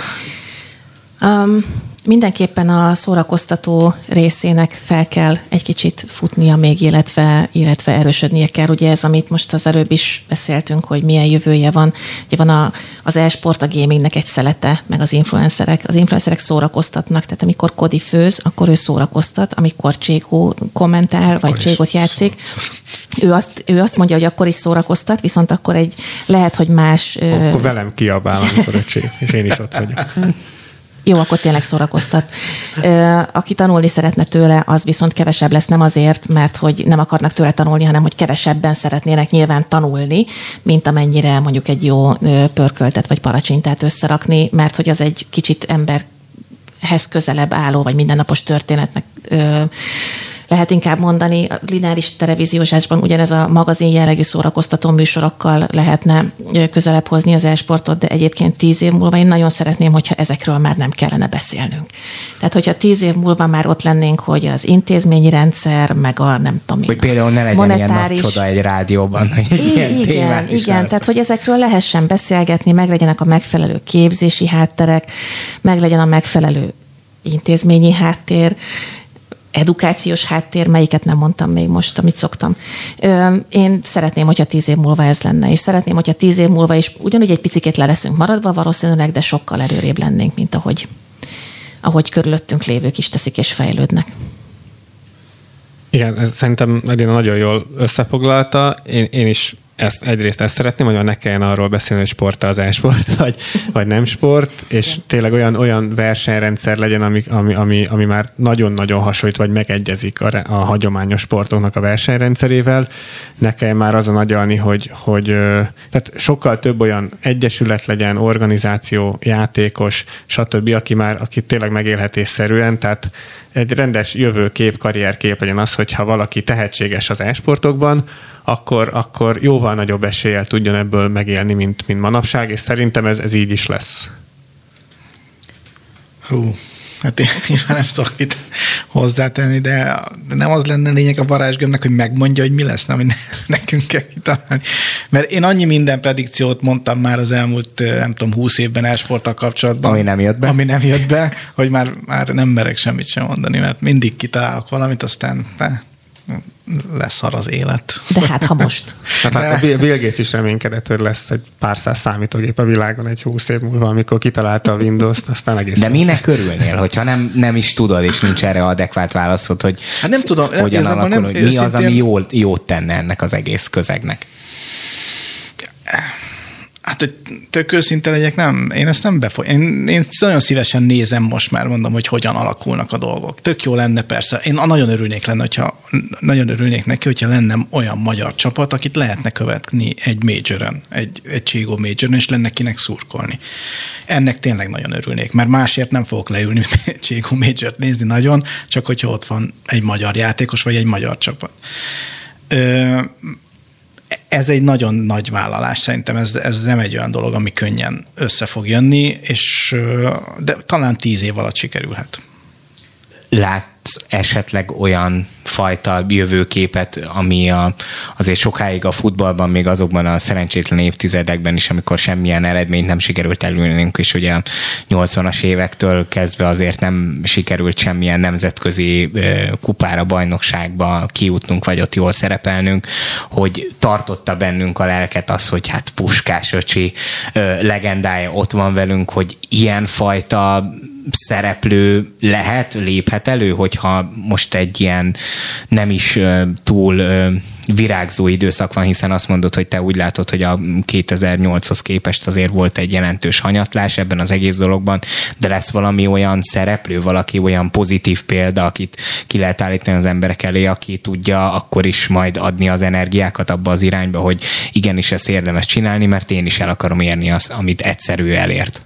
Um, mindenképpen a szórakoztató részének fel kell egy kicsit futnia még, illetve, illetve erősödnie kell. Ugye ez, amit most az előbb is beszéltünk, hogy milyen jövője van. Ugye van a, az e-sport, a gamingnek egy szelete, meg az influencerek. Az influencerek szórakoztatnak, tehát amikor Kodi főz, akkor ő szórakoztat, amikor Cségó kommentál, vagy Cségót játszik, ő azt, ő azt mondja, hogy akkor is szórakoztat, viszont akkor egy lehet, hogy más... Akkor velem kiabál, amikor a Cség, és én is ott vagyok. Jó, akkor tényleg szórakoztat. Aki tanulni szeretne tőle, az viszont kevesebb lesz, nem azért, mert hogy nem akarnak tőle tanulni, hanem hogy kevesebben szeretnének nyilván tanulni, mint amennyire mondjuk egy jó pörköltet vagy palacsintát összerakni, mert hogy az egy kicsit emberhez közelebb álló, vagy mindennapos történetnek lehet inkább mondani. A lineáris televíziósásban ugyanez a magazin jellegű szórakoztató műsorokkal lehetne közelebb hozni az e-sportot, de egyébként tíz év múlva én nagyon szeretném, hogyha ezekről már nem kellene beszélnünk. Tehát, hogyha tíz év múlva már ott lennénk, hogy az intézményi rendszer, meg a nem tudom hogy például ne legyen monetáris... ilyen nagy csoda egy rádióban, hogy egy I- ilyen igen, témát is igen, tehát, hogy ezekről lehessen beszélgetni, meg legyenek a megfelelő képzési hátterek, meg legyen a megfelelő intézményi háttér, edukációs háttér, melyiket nem mondtam még most, amit szoktam. Én szeretném, hogyha tíz év múlva ez lenne, és szeretném, hogyha tíz év múlva is ugyanúgy egy picikét le leszünk maradva valószínűleg, de sokkal előrébb lennénk, mint ahogy, ahogy körülöttünk lévők is teszik és fejlődnek. Igen, szerintem Edina nagyon jól összefoglalta. Én, én is ezt, egyrészt ezt szeretném, hogy ne kelljen arról beszélni, hogy sport az e-sport, vagy, vagy nem sport, és igen. Tényleg olyan, olyan versenyrendszer legyen, ami, ami, ami, ami már nagyon-nagyon hasonlít, vagy megegyezik a, a hagyományos sportoknak a versenyrendszerével. Ne kelljen már azon agyalni, hogy, hogy tehát sokkal több olyan egyesület legyen, organizáció, játékos, stb., aki már aki tényleg megélhetésszerűen, tehát egy rendes jövőkép, karrierkép legyen az, hogyha valaki tehetséges az e-sportokban, akkor, akkor jóval nagyobb eséllyel tudjon ebből megélni, mint, mint manapság, és szerintem ez, ez így is lesz. Hú, hát én, én már nem tudok mit hozzátenni, de, de nem az lenne lényeg a varázsgömbnek, hogy megmondja, hogy mi lesz, nem, hogy ne, nekünk kell kitalálni. Mert én annyi minden predikciót mondtam már az elmúlt, nem tudom, húsz évben e-sporttal kapcsolatban. Ami nem jött be. Ami nem jött be, hogy már, már nem merek semmit sem mondani, mert mindig kitalálok valamit, aztán te, leszar az élet. De hát, ha most. Hát, hát a Bill Gates is reménykedett, hogy lesz egy pár száz számítógép a világon egy húsz év múlva, amikor kitalálta a Windows-t, aztán egész. De minek örülnél, hogyha nem, nem is tudod, és nincs erre adekvát válaszod, hogy hát nem tudom, nem hogyan alakul, nem, hogy mi őszintén... az, ami jót, jót tenne ennek az egész közegnek? Hát, hogy tök őszinte legyek, nem, én ezt nem befoly. Én, én nagyon szívesen nézem most már, mondom, hogy hogyan alakulnak a dolgok. Tök jó lenne persze. Én nagyon örülnék lenne, hogyha, nagyon örülnék neki, hogyha lenne olyan magyar csapat, akit lehetne követni egy majoron, egy, egy Cségó majoron, és lenne kinek szurkolni. Ennek tényleg nagyon örülnék, mert másért nem fogok leülni Cségó majort nézni nagyon, csak hogyha ott van egy magyar játékos, vagy egy magyar csapat. Ö, Ez egy nagyon nagy vállalás, szerintem ez, ez nem egy olyan dolog, ami könnyen össze fog jönni, és, de talán tíz év alatt sikerülhet. Lát látsz esetleg olyan fajta jövőképet, ami a, azért sokáig a futballban, még azokban a szerencsétlen évtizedekben is, amikor semmilyen eredményt nem sikerült elülnünk, és ugye a nyolcvanas évektől kezdve azért nem sikerült semmilyen nemzetközi kupára, bajnokságba kijutnunk, vagy ott jól szerepelnünk, hogy tartotta bennünk a lelket az, hogy hát Puskás öcsi legendája ott van velünk, hogy ilyenfajta szereplő lehet, léphet elő, hogyha most egy ilyen nem is túl virágzó időszak van, hiszen azt mondod, hogy te úgy látod, hogy a kétezer-nyolchoz képest azért volt egy jelentős hanyatlás ebben az egész dologban, de lesz valami olyan szereplő, valaki olyan pozitív példa, akit ki lehet állítani az emberek elé, aki tudja akkor is majd adni az energiákat abba az irányba, hogy igenis ezt érdemes csinálni, mert én is el akarom érni azt, amit egyszerű elért.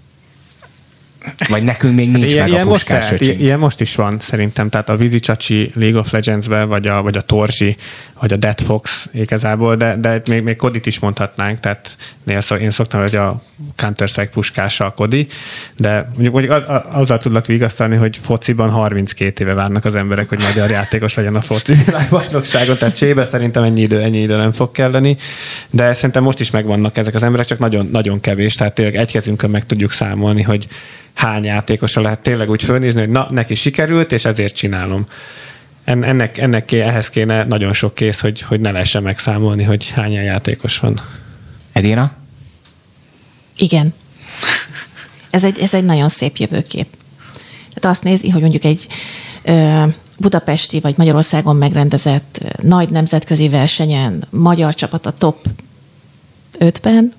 Vagy nekünk még nincs hát meg a Puskás öcsi. Ilyen, ilyen most is van szerintem, tehát a Vizi Csacsi League of Legends-ben, vagy a, vagy a Torzsi, vagy a Dead Fox igazából, de, de még, még Kodit is mondhatnánk, tehát néha én szoktam, hogy a Counter-Strike Puskása a Kodi, de mondjuk, mondjuk az, azzal tudlak vigasztalni, hogy fociban harminckét éve várnak az emberek, hogy magyar játékos legyen a foci világbajnokságon, tehát csébe szerintem ennyi idő, ennyi idő nem fog kelleni, de szerintem most is megvannak ezek az emberek, csak nagyon, nagyon kevés, tehát tényleg egy kezünkön meg tudjuk számolni, hogy hány játékosra lehet tényleg úgy fölnézni, hogy na, neki sikerült, és ezért csinálom. Ennek, ennek ké, ehhez kéne nagyon sok kész, hogy, hogy ne lehessen megszámolni, hogy hány játékos van. Edina? Igen. Ez egy, ez egy nagyon szép jövőkép. Tehát azt nézi, hogy mondjuk egy ö, budapesti vagy Magyarországon megrendezett nagy nemzetközi versenyen magyar csapat a top ötben,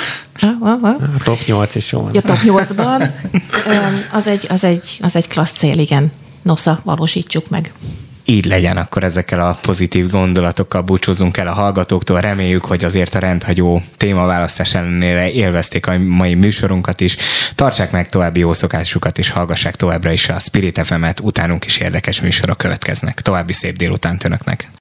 A top nyolc is jó. A top nyolcban. Az egy, az egy, az egy klassz cél, igen. Nosza, valósítsuk meg. Így legyen, akkor ezekkel a pozitív gondolatokkal búcsúzunk el a hallgatóktól. Reméljük, hogy azért a rendhagyó témaválasztás ellenére élvezték a mai műsorunkat is. Tartsák meg további jó szokásukat, és hallgassák továbbra is a Spirit ef emet, utánunk is érdekes műsorok következnek. További szép délutánt önöknek.